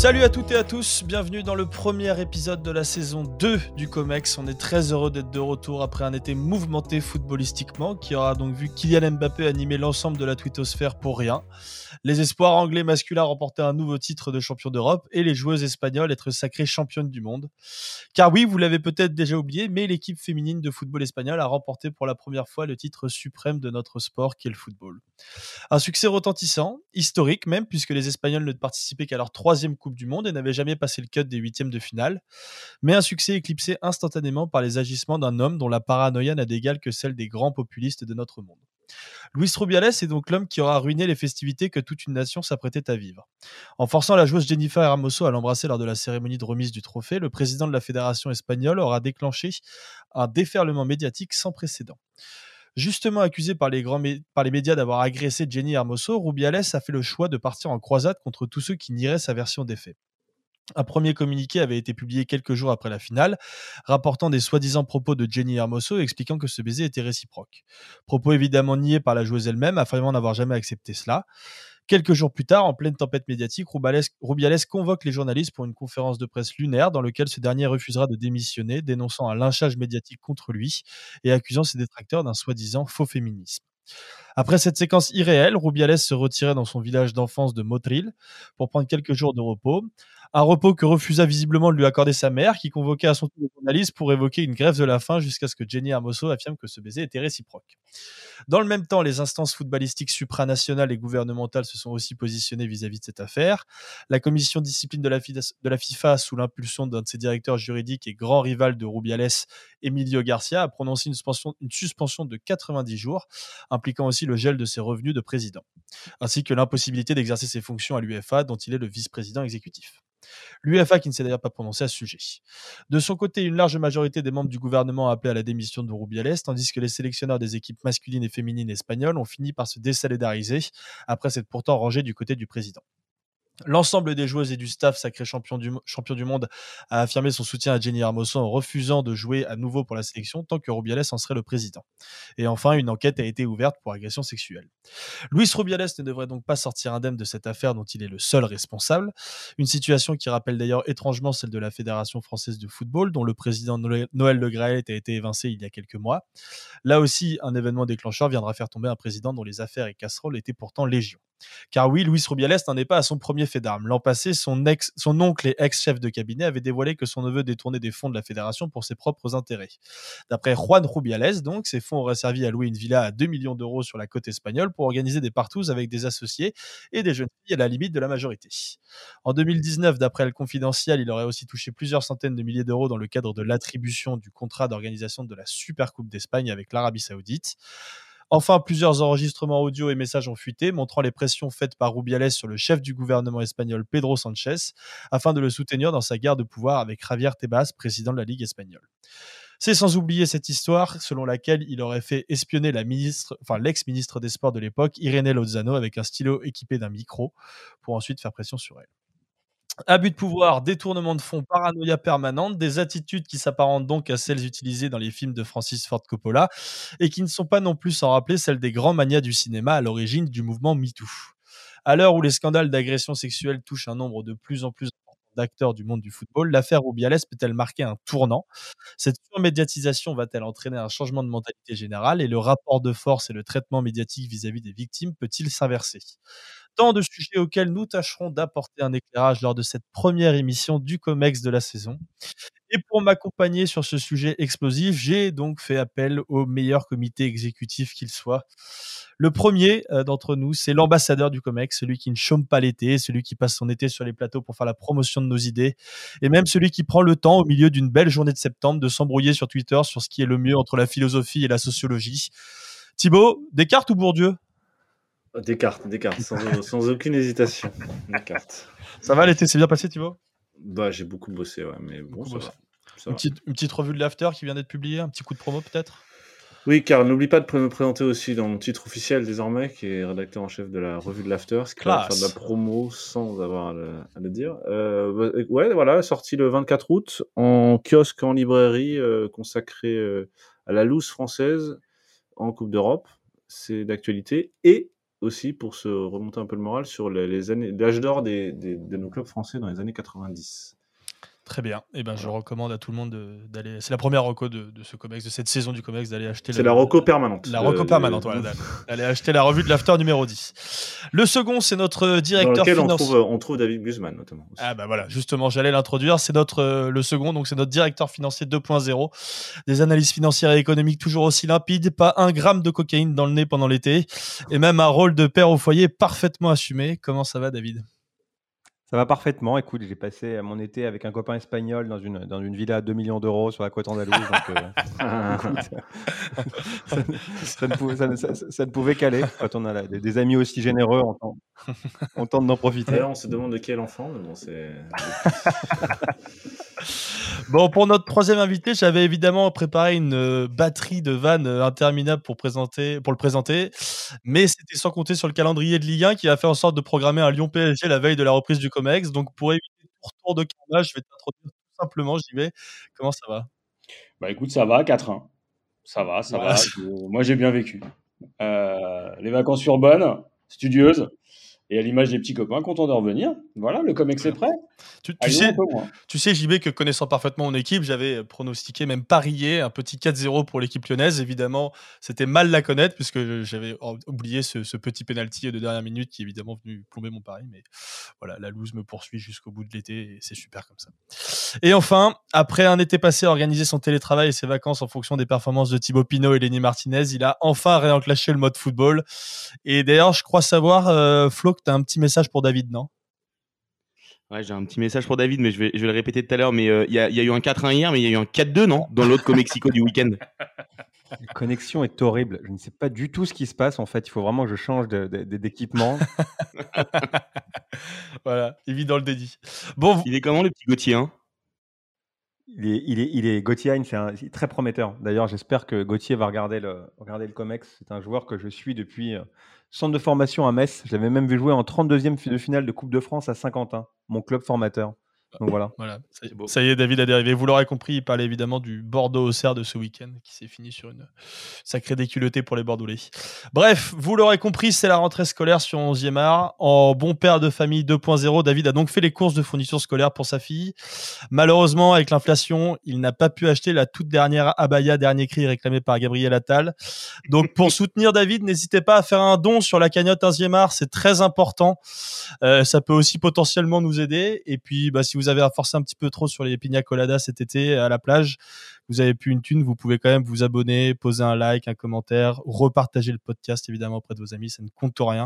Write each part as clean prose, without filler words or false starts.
Salut à toutes et à tous, bienvenue dans le premier épisode de la saison 2 du Comex. On est très heureux d'être de retour après un été mouvementé footballistiquement qui aura donc vu Kylian Mbappé animer l'ensemble de la twittosphère pour rien. Les espoirs anglais masculins remporter un nouveau titre de champion d'Europe et les joueuses espagnoles être sacrées championnes du monde. Car oui, vous l'avez peut-être déjà oublié, mais l'équipe féminine de football espagnol a remporté pour la première fois le titre suprême de notre sport qui est le football. Un succès retentissant, historique même, puisque les Espagnols ne participaient qu'à leur troisième Coupe du Monde et n'avaient jamais passé le cut des huitièmes de finale. Mais un succès éclipsé instantanément par les agissements d'un homme dont la paranoïa n'a d'égal que celle des grands populistes de notre monde. Luis Rubiales est donc l'homme qui aura ruiné les festivités que toute une nation s'apprêtait à vivre. En forçant la joueuse Jennifer Hermoso à l'embrasser lors de la cérémonie de remise du trophée, le président de la fédération espagnole aura déclenché un déferlement médiatique sans précédent. Justement accusé par les médias d'avoir agressé Jenny Hermoso, Rubiales a fait le choix de partir en croisade contre tous ceux qui nieraient sa version des faits. Un premier communiqué avait été publié quelques jours après la finale, rapportant des soi-disant propos de Jenny Hermoso et expliquant que ce baiser était réciproque. Propos évidemment niés par la joueuse elle-même, affirmant n'avoir jamais accepté cela. Quelques jours plus tard, en pleine tempête médiatique, Rubiales convoque les journalistes pour une conférence de presse lunaire dans laquelle ce dernier refusera de démissionner, dénonçant un lynchage médiatique contre lui et accusant ses détracteurs d'un soi-disant faux féminisme. Après cette séquence irréelle, Rubiales se retirait dans son village d'enfance de Motril pour prendre quelques jours de repos. Un repos que refusa visiblement de lui accorder sa mère, qui convoquait à son tour les journalistes pour évoquer une grève de la faim jusqu'à ce que Jenny Hermoso affirme que ce baiser était réciproque. Dans le même temps, les instances footballistiques supranationales et gouvernementales se sont aussi positionnées vis-à-vis de cette affaire. La commission de discipline de la FIFA, sous l'impulsion d'un de ses directeurs juridiques et grand rival de Rubiales, Emilio Garcia, a prononcé une suspension de 90 jours, impliquant aussi le gel de ses revenus de président, ainsi que l'impossibilité d'exercer ses fonctions à l'UEFA, dont il est le vice-président exécutif. L'UEFA qui ne s'est d'ailleurs pas prononcé à ce sujet. De son côté, une large majorité des membres du gouvernement a appelé à la démission de Rubiales, tandis que les sélectionneurs des équipes masculines et féminines espagnoles ont fini par se désolidariser après s'être pourtant rangés du côté du président. L'ensemble des joueuses et du staff sacré champion du monde a affirmé son soutien à Jenny Hermoso en refusant de jouer à nouveau pour la sélection tant que Rubiales en serait le président. Et enfin, une enquête a été ouverte pour agression sexuelle. Luis Rubiales ne devrait donc pas sortir indemne de cette affaire dont il est le seul responsable. Une situation qui rappelle d'ailleurs étrangement celle de la Fédération française de football, dont le président Noël Le Graët a été évincé il y a quelques mois. Là aussi, un événement déclencheur viendra faire tomber un président dont les affaires et casseroles étaient pourtant légion. Car oui, Luis Rubiales n'en est pas à son premier fait d'armes. L'an passé, son oncle et ex-chef de cabinet avait dévoilé que son neveu détournait des fonds de la fédération pour ses propres intérêts. D'après Juan Rubiales, donc, ces fonds auraient servi à louer une villa à 2 millions d'euros sur la côte espagnole pour organiser des partouzes avec des associés et des jeunes filles à la limite de la majorité. En 2019, d'après le Confidentiel, il aurait aussi touché plusieurs centaines de milliers d'euros dans le cadre de l'attribution du contrat d'organisation de la Supercoupe d'Espagne avec l'Arabie Saoudite. Enfin, plusieurs enregistrements audio et messages ont fuité, montrant les pressions faites par Rubiales sur le chef du gouvernement espagnol Pedro Sanchez, afin de le soutenir dans sa guerre de pouvoir avec Javier Tebas, président de la Ligue espagnole. C'est sans oublier cette histoire selon laquelle il aurait fait espionner l'ex-ministre des Sports de l'époque, Irene Lozano, avec un stylo équipé d'un micro, pour ensuite faire pression sur elle. Abus de pouvoir, détournement de fonds, paranoïa permanente, des attitudes qui s'apparentent donc à celles utilisées dans les films de Francis Ford Coppola et qui ne sont pas non plus sans rappeler celles des grands manias du cinéma à l'origine du mouvement MeToo. À l'heure où les scandales d'agression sexuelle touchent un nombre de plus en plus important d'acteurs du monde du football, l'affaire Rubiales peut-elle marquer un tournant? Cette surmédiatisation va-t-elle entraîner un changement de mentalité générale et le rapport de force et le traitement médiatique vis-à-vis des victimes peut-il s'inverser? Tant de sujets auxquels nous tâcherons d'apporter un éclairage lors de cette première émission du Comex de la saison. Et pour m'accompagner sur ce sujet explosif, j'ai donc fait appel au meilleur comité exécutif qu'il soit. Le premier d'entre nous, c'est l'ambassadeur du Comex, celui qui ne chôme pas l'été, celui qui passe son été sur les plateaux pour faire la promotion de nos idées, et même celui qui prend le temps, au milieu d'une belle journée de septembre, de s'embrouiller sur Twitter sur ce qui est le mieux entre la philosophie et la sociologie. Thibaut, Descartes ou Bourdieu? Descartes, sans aucune hésitation. Descartes. Ça va, l'été s'est bien passé, Thibaut? Bah, j'ai beaucoup bossé, ouais, mais bon, ça va. Une petite revue de l'after qui vient d'être publiée, un petit coup de promo peut-être? Oui, car n'oublie pas de me présenter aussi dans mon titre officiel désormais, qui est rédacteur en chef de la revue de l'after, ce qui va faire de la promo sans avoir à le dire. Ouais, voilà, sorti le 24 août en kiosque, en librairie, consacré à la loose française en Coupe d'Europe. C'est d'actualité. Et aussi pour se remonter un peu le moral sur les années, l'âge d'or de nos clubs français dans les années 90. Très bien. Et ben, je recommande à tout le monde d'aller. C'est la première reco de ce Comex, de cette saison du Comex, d'aller acheter. C'est la reco permanente. La reco permanente, voilà. D'aller acheter la revue de l'After numéro 10. Le second, c'est notre directeur financier. Dans lequel on trouve David Guzman, notamment. Aussi. Ah bah voilà, justement, j'allais l'introduire. C'est le second, donc c'est notre directeur financier 2.0. Des analyses financières et économiques toujours aussi limpides, pas un gramme de cocaïne dans le nez pendant l'été, et même un rôle de père au foyer parfaitement assumé. Comment ça va, David ? Ça va parfaitement. Écoute, j'ai passé mon été avec un copain espagnol dans une villa à 2 millions d'euros sur la côte andalouse. Donc, ça ne pouvait qu'aller. Quand on a des amis aussi généreux, on tente d'en profiter. D'ailleurs, on se demande de quel enfant, mais bon, c'est... Bon, pour notre troisième invité, j'avais évidemment préparé une batterie de vannes interminables pour le présenter, mais c'était sans compter sur le calendrier de Ligue 1 qui a fait en sorte de programmer un Lyon-PSG la veille de la reprise du Comex. Donc, pour éviter tout retour de carnage, je vais t'introduire tout simplement, j'y vais. Comment ça va ? Bah écoute, ça va, 4-1. Ça va. Moi, j'ai bien vécu. Les vacances urbaines, studieuses. Et à l'image des petits copains, contents de revenir. Voilà, le Comex est prêt. Tu sais, JB, que connaissant parfaitement mon équipe, j'avais pronostiqué, même parié, un petit 4-0 pour l'équipe lyonnaise. Évidemment, c'était mal la connaître, puisque j'avais oublié ce petit penalty de dernière minute qui est évidemment venu plomber mon pari. Mais voilà, la loose me poursuit jusqu'au bout de l'été et c'est super comme ça. Et enfin, après un été passé à organiser son télétravail et ses vacances en fonction des performances de Thibaut Pinot et Lenny Martinez, il a enfin réenclenché le mode football. Et d'ailleurs, je crois savoir, Flo, que tu as un petit message pour David, non ? Ouais, j'ai un petit message pour David, mais je vais le répéter tout à l'heure. Mais il y a eu un 4-1 hier, mais il y a eu un 4-2, non ? Dans l'autre Comexico du week-end. La connexion est horrible. Je ne sais pas du tout ce qui se passe. En fait, il faut vraiment que je change d'équipement. Voilà, il vit dans le déni. Bon, il est comment, le petit Gauthier, hein ? Il est Gauthier, c'est très prometteur. D'ailleurs, j'espère que Gauthier va regarder le Comex. C'est un joueur que je suis depuis centre de formation à Metz. Je l'avais même vu jouer en 32e de finale de Coupe de France à Saint-Quentin, mon club formateur. Donc voilà. Ça y est, David a dérivé. Vous l'aurez compris, il parlait évidemment du Bordeaux-Auxerre de ce week-end qui s'est fini sur une sacrée déculottée pour les Bordelais. Bref, vous l'aurez compris, c'est la rentrée scolaire sur 11e art. En bon père de famille 2.0, David a donc fait les courses de fournitures scolaires pour sa fille. Malheureusement, avec l'inflation, il n'a pas pu acheter la toute dernière abaya dernier cri réclamée par Gabriel Attal. Donc pour soutenir David, n'hésitez pas à faire un don sur la cagnotte 11e art, c'est très important. Ça peut aussi potentiellement nous aider. Et puis, si vous avez forcé un petit peu trop sur les pina coladas cet été à la plage, vous avez plus une thune, vous pouvez quand même vous abonner, poser un like, un commentaire, repartager le podcast évidemment auprès de vos amis. Ça ne coûte rien,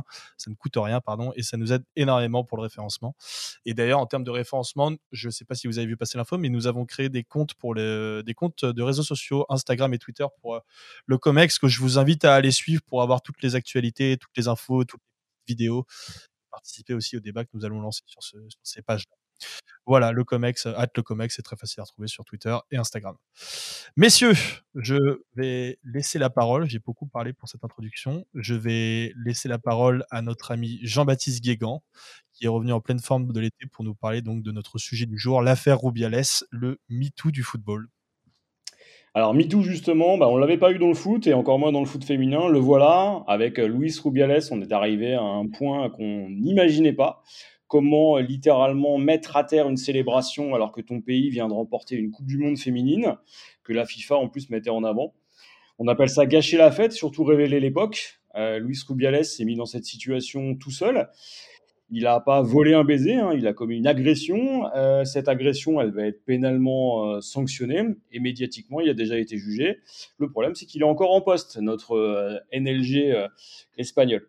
et ça nous aide énormément pour le référencement. Et d'ailleurs, en termes de référencement, je ne sais pas si vous avez vu passer l'info, mais nous avons créé des comptes des comptes de réseaux sociaux, Instagram et Twitter pour le Comex, que je vous invite à aller suivre pour avoir toutes les actualités, toutes les infos, toutes les vidéos, participer aussi au débat que nous allons lancer sur ces pages-là. Voilà, le Comex, @le Comex, c'est très facile à retrouver sur Twitter et Instagram. Messieurs, je vais laisser la parole. J'ai beaucoup parlé pour cette introduction. Je vais laisser la parole à notre ami Jean-Baptiste Guégan, qui est revenu en pleine forme de l'été pour nous parler donc de notre sujet du jour, l'affaire Rubiales, le MeToo du football. Alors, MeToo, justement, on ne l'avait pas eu dans le foot, et encore moins dans le foot féminin. Le voilà, avec Luis Rubiales, on est arrivé à un point qu'on n'imaginait pas. Comment littéralement mettre à terre une célébration alors que ton pays vient de remporter une Coupe du Monde féminine, que la FIFA en plus mettait en avant. On appelle ça gâcher la fête, surtout révéler l'époque. Luis Rubiales s'est mis dans cette situation tout seul. Il n'a pas volé un baiser, il a commis une agression. Cette agression, elle va être pénalement sanctionnée et médiatiquement, il a déjà été jugé. Le problème, c'est qu'il est encore en poste, notre NLG espagnol.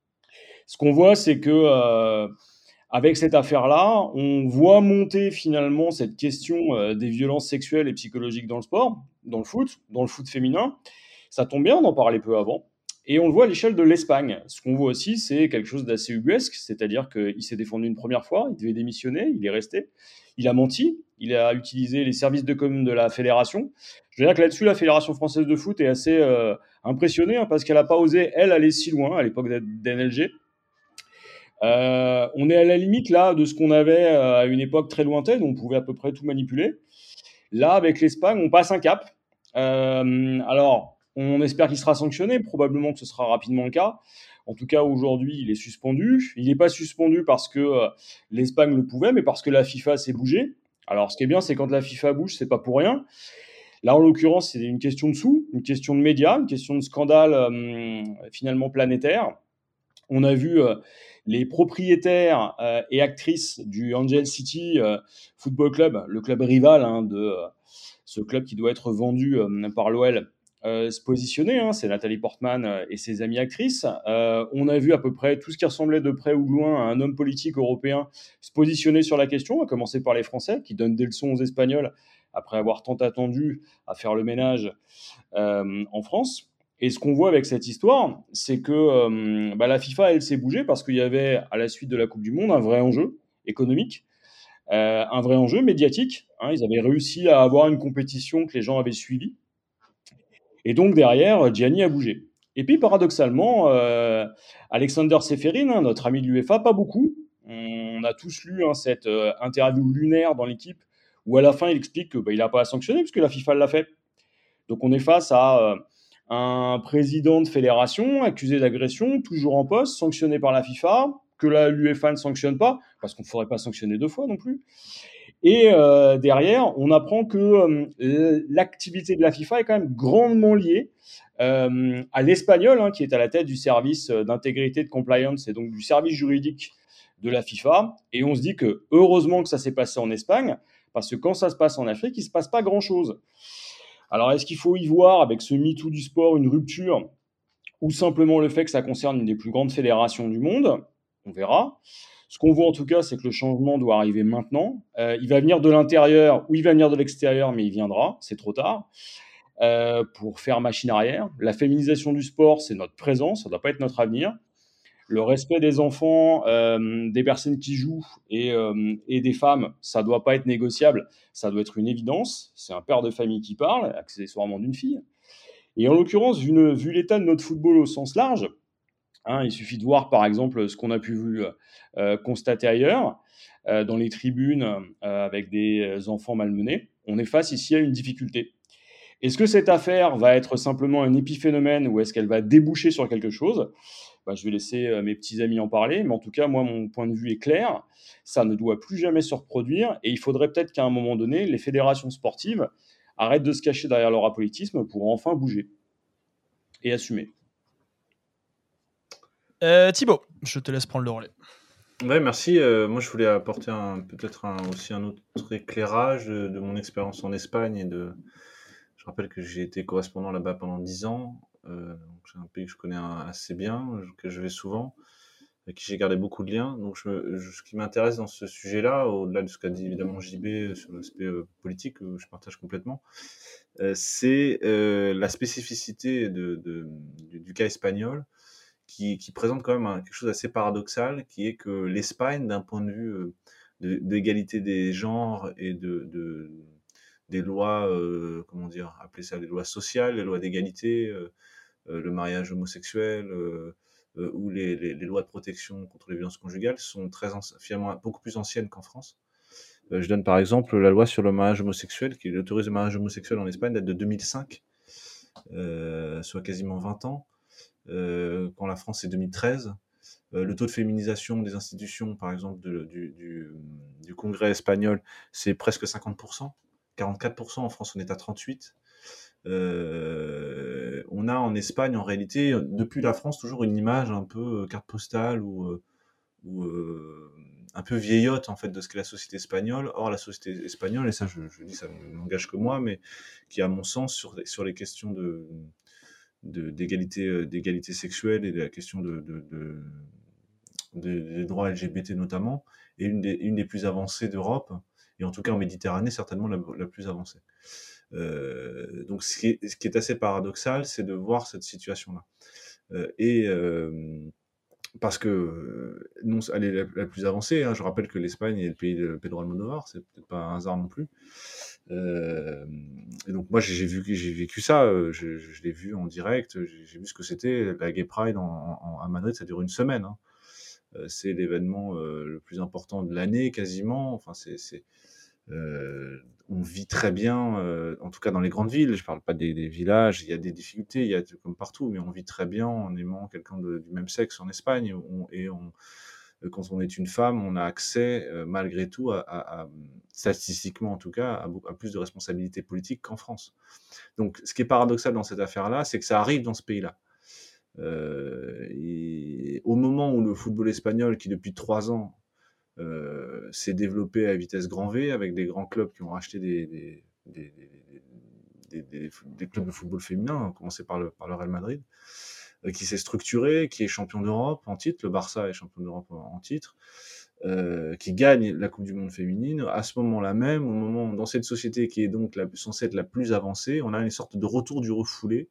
Ce qu'on voit, c'est que avec cette affaire-là, on voit monter finalement cette question des violences sexuelles et psychologiques dans le sport, dans le foot féminin. Ça tombe bien d'en parler peu avant. Et on le voit à l'échelle de l'Espagne. Ce qu'on voit aussi, c'est quelque chose d'assez ubuesque, c'est-à-dire qu'il s'est défendu une première fois, il devait démissionner, il est resté, il a menti, il a utilisé les services de com de la fédération. Je veux dire que là-dessus, la Fédération française de foot est assez impressionnée, parce qu'elle n'a pas osé, elle, aller si loin à l'époque d'NLG. On est à la limite là de ce qu'on avait à une époque très lointaine, où on pouvait à peu près tout manipuler. Là, avec l'Espagne, on passe un cap. Alors, on espère qu'il sera sanctionné, probablement que ce sera rapidement le cas. En tout cas, aujourd'hui, il est suspendu. Il n'est pas suspendu parce que l'Espagne le pouvait, mais parce que la FIFA s'est bougée. Alors, ce qui est bien, c'est quand la FIFA bouge, c'est pas pour rien. Là, en l'occurrence, c'est une question de sous, une question de médias, une question de scandale finalement planétaire. On a vu les propriétaires et actrices du Angel City Football Club, le club rival de ce club qui doit être vendu par l'OL, se positionner. C'est Nathalie Portman et ses amies actrices. On a vu à peu près tout ce qui ressemblait de près ou de loin à un homme politique européen se positionner sur la question, à commencer par les Français qui donnent des leçons aux Espagnols après avoir tant attendu à faire le ménage en France. Et ce qu'on voit avec cette histoire, c'est que la FIFA, elle s'est bougée parce qu'il y avait, à la suite de la Coupe du Monde, un vrai enjeu économique, un vrai enjeu médiatique. Ils avaient réussi à avoir une compétition que les gens avaient suivie. Et donc, derrière, Gianni a bougé. Et puis, paradoxalement, Alexander Seferin, notre ami de l'UEFA, pas beaucoup. On a tous lu cette interview lunaire dans l'équipe où, à la fin, il explique qu'il n'a pas à sanctionner puisque la FIFA l'a fait. Donc, on est face à un président de fédération accusé d'agression, toujours en poste, sanctionné par la FIFA, que l'UEFA ne sanctionne pas, parce qu'on ne faudrait pas sanctionner 2 fois non plus. Et derrière, on apprend que l'activité de la FIFA est quand même grandement liée à l'Espagnol, qui est à la tête du service d'intégrité de compliance et donc du service juridique de la FIFA. Et on se dit que heureusement que ça s'est passé en Espagne, parce que quand ça se passe en Afrique, il ne se passe pas grand-chose. Alors, est-ce qu'il faut y voir, avec ce MeToo du sport, une rupture ou simplement le fait que ça concerne une des plus grandes fédérations du monde? On verra. Ce qu'on voit en tout cas, c'est que le changement doit arriver maintenant. Il va venir de l'intérieur ou il va venir de l'extérieur, mais il viendra, c'est trop tard, pour faire machine arrière. La féminisation du sport, c'est notre présent, ça ne doit pas être notre avenir. Le respect des enfants, des personnes qui jouent et des femmes, ça ne doit pas être négociable, ça doit être une évidence. C'est un père de famille qui parle, accessoirement d'une fille. Et en l'occurrence, vu l'état de notre football au sens large, il suffit de voir par exemple ce qu'on a pu constater ailleurs, dans les tribunes avec des enfants malmenés. On est face ici à une difficulté. Est-ce que cette affaire va être simplement un épiphénomène ou est-ce qu'elle va déboucher sur quelque chose ? Je vais laisser mes petits amis en parler, mais en tout cas, moi, mon point de vue est clair. Ça ne doit plus jamais se reproduire et il faudrait peut-être qu'à un moment donné, les fédérations sportives arrêtent de se cacher derrière leur apolitisme pour enfin bouger et assumer. Thibaut, je te laisse prendre le relais. Ouais, merci. Moi, je voulais apporter peut-être aussi un autre éclairage de mon expérience en Espagne. Je rappelle que j'ai été correspondant là-bas pendant 10 ans. Donc c'est un pays que je connais assez bien, que je vais souvent, avec qui j'ai gardé beaucoup de liens. Donc ce qui m'intéresse dans ce sujet-là, au-delà de ce qu'a dit évidemment JB sur l'aspect politique, que je partage complètement, c'est la spécificité du cas espagnol, qui présente quand même quelque chose d'assez paradoxal, qui est que l'Espagne, d'un point de vue d'égalité des genres et des lois, comment dire, appeler ça les lois sociales, les lois d'égalité, le mariage homosexuel ou les lois de protection contre les violences conjugales sont finalement beaucoup plus anciennes qu'en France. Je donne par exemple la loi sur le mariage homosexuel, qui autorise le mariage homosexuel en Espagne, date de 2005, soit quasiment 20 ans. Quand la France c'est 2013. Le taux de féminisation des institutions, par exemple, du Congrès espagnol, c'est presque 50%. 44%, en France on est à 38%. On a en Espagne, en réalité, depuis la France, toujours une image un peu carte postale ou un peu vieillotte en fait de ce qu'est la société espagnole. Or la société espagnole, et ça je dis ça ne m'engage que moi, mais qui à mon sens sur les questions d'égalité sexuelle et de la question des droits LGBT notamment, est une des plus avancées d'Europe, et en tout cas en Méditerranée certainement la plus avancée. Donc ce qui est assez paradoxal, c'est de voir cette situation-là. Parce que non, elle est la plus avancée. Je rappelle que l'Espagne est le pays de Pedro Almodóvar, c'est peut-être pas un hasard non plus. Et donc moi j'ai vécu ça, je l'ai vu en direct, j'ai vu ce que c'était la Gay Pride à Madrid, ça dure une semaine. C'est l'événement le plus important de l'année quasiment. Enfin On vit très bien, en tout cas dans les grandes villes. Je parle pas des villages, il y a des difficultés, il y a comme partout, mais on vit très bien en aimant quelqu'un du même sexe en Espagne. Quand on est une femme, on a accès, malgré tout, statistiquement en tout cas, à plus de responsabilités politiques qu'en France. Donc, ce qui est paradoxal dans cette affaire-là, c'est que ça arrive dans ce pays-là. Et au moment où le football espagnol, qui depuis 3 ans s'est développé à vitesse grand V, avec des grands clubs qui ont racheté des clubs de football féminin, à commencer par le Real Madrid, qui s'est structuré, qui est champion d'Europe en titre, le Barça est champion d'Europe en titre, qui gagne la Coupe du Monde féminine. À ce moment-là même, au moment dans cette société qui est donc censée être la plus avancée, on a une sorte de retour du refoulé,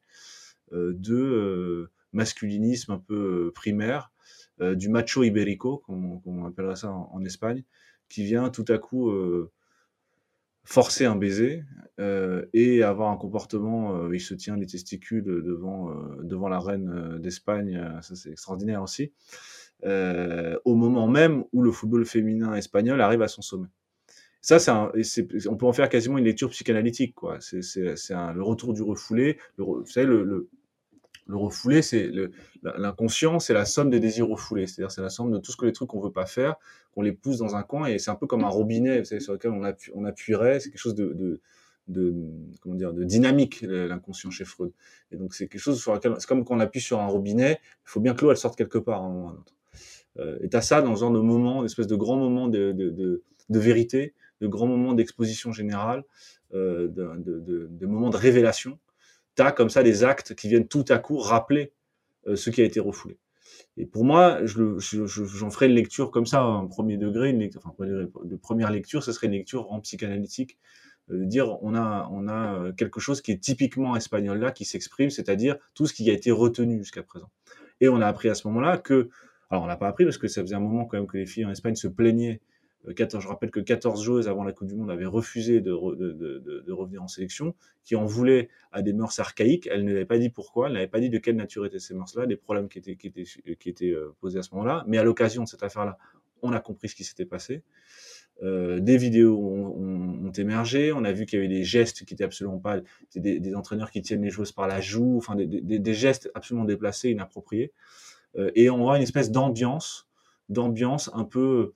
de masculinisme un peu primaire, du macho ibérico, comme on appellerait ça en Espagne, qui vient tout à coup forcer un baiser et avoir un comportement, il se tient les testicules devant la reine d'Espagne, ça c'est extraordinaire aussi, au moment même où le football féminin espagnol arrive à son sommet. Ça, on peut en faire quasiment une lecture psychanalytique, quoi. C'est le retour du refoulé. Vous savez, le refoulé, c'est l'inconscient, c'est la somme des désirs refoulés. C'est-à-dire, c'est la somme de tout ce que les trucs qu'on veut pas faire, qu'on les pousse dans un coin, et c'est un peu comme un robinet, vous savez, sur lequel on appuierait. C'est quelque chose de dynamique, l'inconscient chez Freud. Et donc, c'est quelque chose sur lequel, c'est comme quand on appuie sur un robinet, il faut bien que l'eau, elle sorte quelque part à un moment ou à un autre. Et t'as ça dans ce genre de moment, d'espèce de grands moments de vérité, de grands moments d'exposition générale, de moments de révélation. T'as comme ça des actes qui viennent tout à coup rappeler ce qui a été refoulé. Et pour moi, j'en ferai une lecture comme ça, un premier degré, de première lecture, ce serait une lecture en psychanalytique, dire on a quelque chose qui est typiquement espagnol là, qui s'exprime, c'est-à-dire tout ce qui a été retenu jusqu'à présent. Et on a appris à ce moment-là alors on n'a pas appris parce que ça faisait un moment quand même que les filles en Espagne se plaignaient. Je rappelle que 14 joueuses avant la Coupe du Monde avaient refusé de revenir en sélection, qui en voulaient à des mœurs archaïques. Elles ne l'avaient pas dit pourquoi, elles n'avaient pas dit de quelle nature étaient ces mœurs-là, des problèmes qui étaient posés à ce moment-là. Mais à l'occasion de cette affaire-là, on a compris ce qui s'était passé. Des vidéos ont émergé, on a vu qu'il y avait des gestes qui étaient absolument pas des entraîneurs qui tiennent les joueuses par la joue, enfin des gestes absolument déplacés, inappropriés. Et on voit une espèce d'ambiance un peu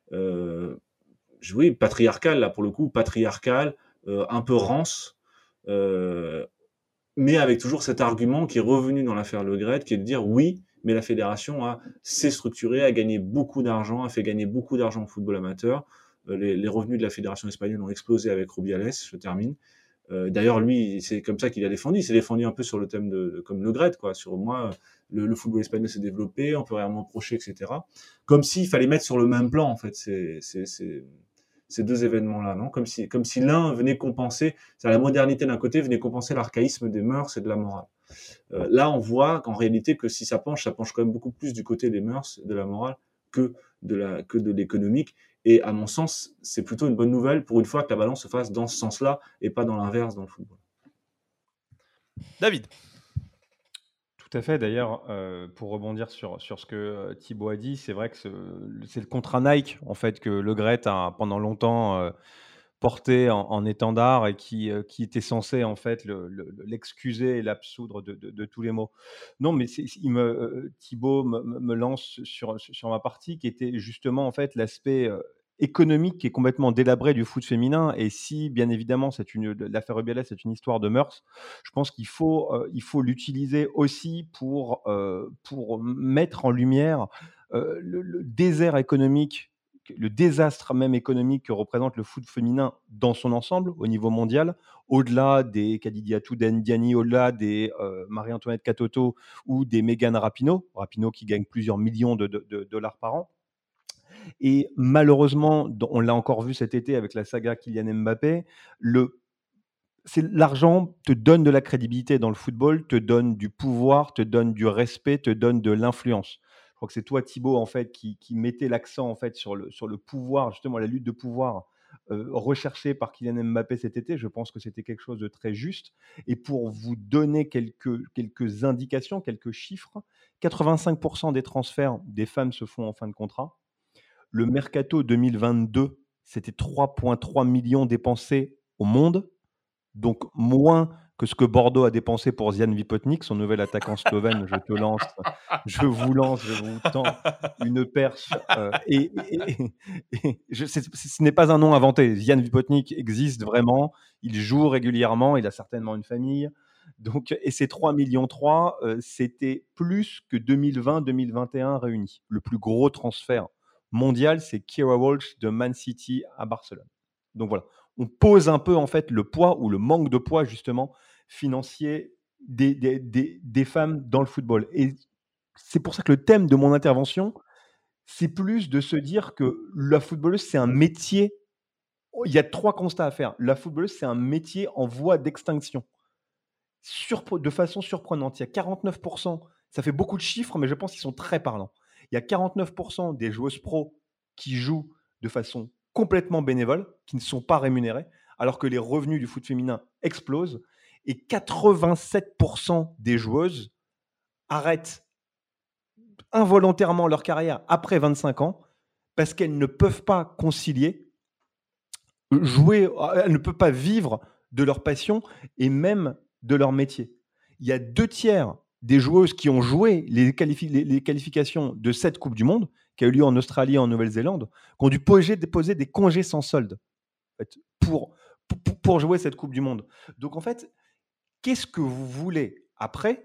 oui, patriarcale, là pour le coup, un peu rance, mais avec toujours cet argument qui est revenu dans l'affaire Le Gret, qui est de dire oui, mais la fédération s'est structurée, a gagné beaucoup d'argent, a fait gagner beaucoup d'argent au football amateur. Les revenus de la fédération espagnole ont explosé avec Rubiales, je termine. D'ailleurs, lui, c'est comme ça qu'il a défendu. Il s'est défendu un peu sur le thème comme Le Gret, quoi. Sur moi, le football espagnol s'est développé, on peut rien m'en reprocher, etc. Comme s'il fallait mettre sur le même plan, en fait, ces deux événements-là, non ? Comme si l'un venait compenser, la modernité d'un côté venait compenser l'archaïsme des mœurs et de la morale. Là, on voit qu'en réalité, que si ça penche quand même beaucoup plus du côté des mœurs, de la morale, que de l'économique. Et à mon sens, c'est plutôt une bonne nouvelle pour une fois que la balance se fasse dans ce sens-là et pas dans l'inverse dans le football. David. Tout à fait. D'ailleurs, pour rebondir sur ce que Thibaut a dit, c'est vrai que c'est le contrat Nike en fait que Le Gret a pendant longtemps porté en étendard et qui était censé en fait l'excuser et l'absoudre de tous les maux. Non, mais Thibaut me lance sur ma partie qui était justement en fait l'aspect économique qui est complètement délabré du foot féminin. Et si, bien évidemment, l'affaire Rubiales, c'est une histoire de mœurs, je pense qu'il faut l'utiliser aussi pour mettre en lumière le désert économique, le désastre même économique que représente le foot féminin dans son ensemble au niveau mondial, au-delà des Kadidiatou Ndiaye, au-delà des Marie-Antoinette Katoto ou des Megan Rapinoe qui gagnent plusieurs millions de dollars par an. Et malheureusement, on l'a encore vu cet été avec la saga Kylian Mbappé, l'argent te donne de la crédibilité dans le football, te donne du pouvoir, te donne du respect, te donne de l'influence. Je crois que c'est toi, Thibaut, en fait, qui mettait l'accent en fait sur le pouvoir, justement la lutte de pouvoir recherchée par Kylian Mbappé cet été. Je pense que c'était quelque chose de très juste. Et pour vous donner quelques indications, quelques chiffres, 85% des transferts des femmes se font en fin de contrat. Le mercato 2022, c'était 3,3 millions dépensés au monde, donc moins que ce que Bordeaux a dépensé pour Jan Vipotnik, son nouvel attaquant slovène. Je vous tends une perche. Ce n'est pas un nom inventé. Jan Vipotnik existe vraiment. Il joue régulièrement. Il a certainement une famille. Donc, et ces 3,3 millions, c'était plus que 2020-2021 réunis. Le plus gros transfert mondial, c'est Keira Walsh de Man City à Barcelone. Donc voilà, on pose un peu en fait le poids ou le manque de poids justement financier des femmes dans le football. Et c'est pour ça que le thème de mon intervention, c'est plus de se dire que la footballeuse, c'est un métier. Il y a 3 constats à faire. La footballeuse, c'est un métier en voie d'extinction. De façon surprenante. Il y a 49%, ça fait beaucoup de chiffres, mais je pense qu'ils sont très parlants. Il y a 49% des joueuses pro qui jouent de façon complètement bénévole, qui ne sont pas rémunérées, alors que les revenus du foot féminin explosent. Et 87% des joueuses arrêtent involontairement leur carrière après 25 ans parce qu'elles ne peuvent pas concilier jouer, elles ne peuvent pas vivre de leur passion et même de leur métier. Il y a 2/3 des joueuses qui ont joué les qualifications de cette Coupe du Monde, qui a eu lieu en Australie et en Nouvelle-Zélande, qui ont dû déposer des congés sans solde en fait, pour jouer cette Coupe du Monde. Donc en fait, qu'est-ce que vous voulez après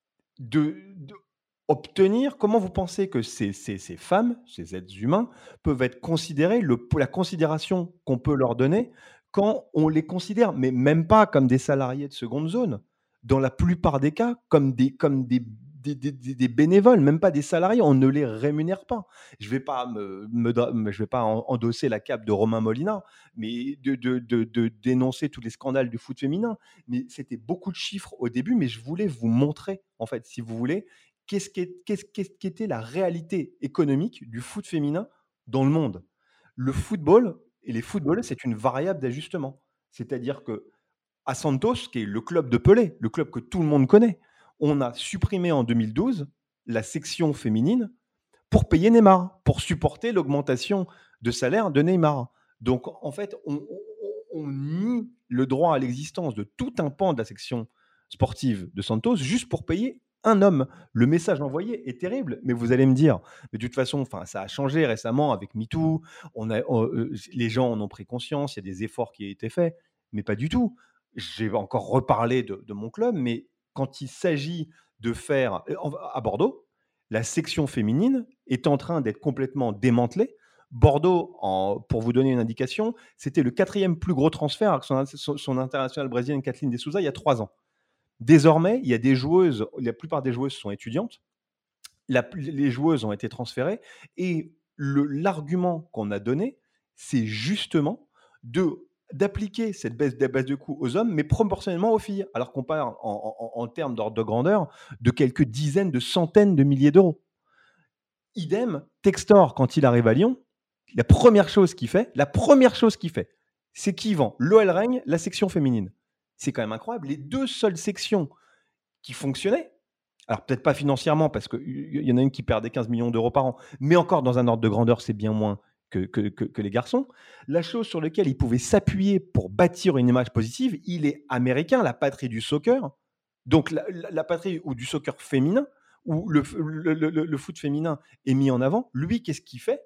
obtenir? Comment vous pensez que ces femmes, ces êtres humains, peuvent être considérés, la considération qu'on peut leur donner quand on les considère, mais même pas comme des salariés de seconde zone, dans la plupart des cas, comme des bénévoles, même pas des salariés, on ne les rémunère pas. Je vais pas je vais pas endosser la cape de Romain Molina, mais de dénoncer tous les scandales du foot féminin. Mais c'était beaucoup de chiffres au début, mais je voulais vous montrer, en fait, si vous voulez, qu'est-ce qu'était la réalité économique du foot féminin dans le monde. Le football et les footballeurs, c'est une variable d'ajustement. C'est-à-dire que à Santos, qui est le club de Pelé, le club que tout le monde connaît, on a supprimé en 2012 la section féminine pour payer Neymar, pour supporter l'augmentation de salaire de Neymar. Donc, en fait, on nie le droit à l'existence de tout un pan de la section sportive de Santos juste pour payer un homme. Le message envoyé est terrible, mais vous allez me dire, mais de toute façon, ça a changé récemment avec MeToo, les gens en ont pris conscience, il y a des efforts qui ont été faits, mais pas du tout. J'ai encore reparlé de mon club, mais quand il s'agit de faire à Bordeaux, la section féminine est en train d'être complètement démantelée. Bordeaux, pour vous donner une indication, c'était le 4e plus gros transfert avec son internationale brésilienne Kathleen De Souza il y a 3 ans. Désormais, il y a des joueuses, la plupart des joueuses sont étudiantes, les joueuses ont été transférées et l'argument qu'on a donné, c'est justement d'appliquer cette baisse de coût aux hommes, mais proportionnellement aux filles, alors qu'on parle en termes d'ordre de grandeur de quelques dizaines de centaines de milliers d'euros. Idem, Textor, quand il arrive à Lyon, la première chose qu'il fait, c'est qu'il vend l'OL Reign, la section féminine. C'est quand même incroyable. Les 2 seules sections qui fonctionnaient, alors peut-être pas financièrement, parce qu'il y en a une qui perdait 15 millions d'euros par an, mais encore dans un ordre de grandeur, c'est bien moins que les garçons. La chose sur laquelle il pouvait s'appuyer pour bâtir une image positive, il est américain, la patrie du soccer, donc la patrie ou du soccer féminin, où le foot féminin est mis en avant. Lui, qu'est-ce qu'il fait?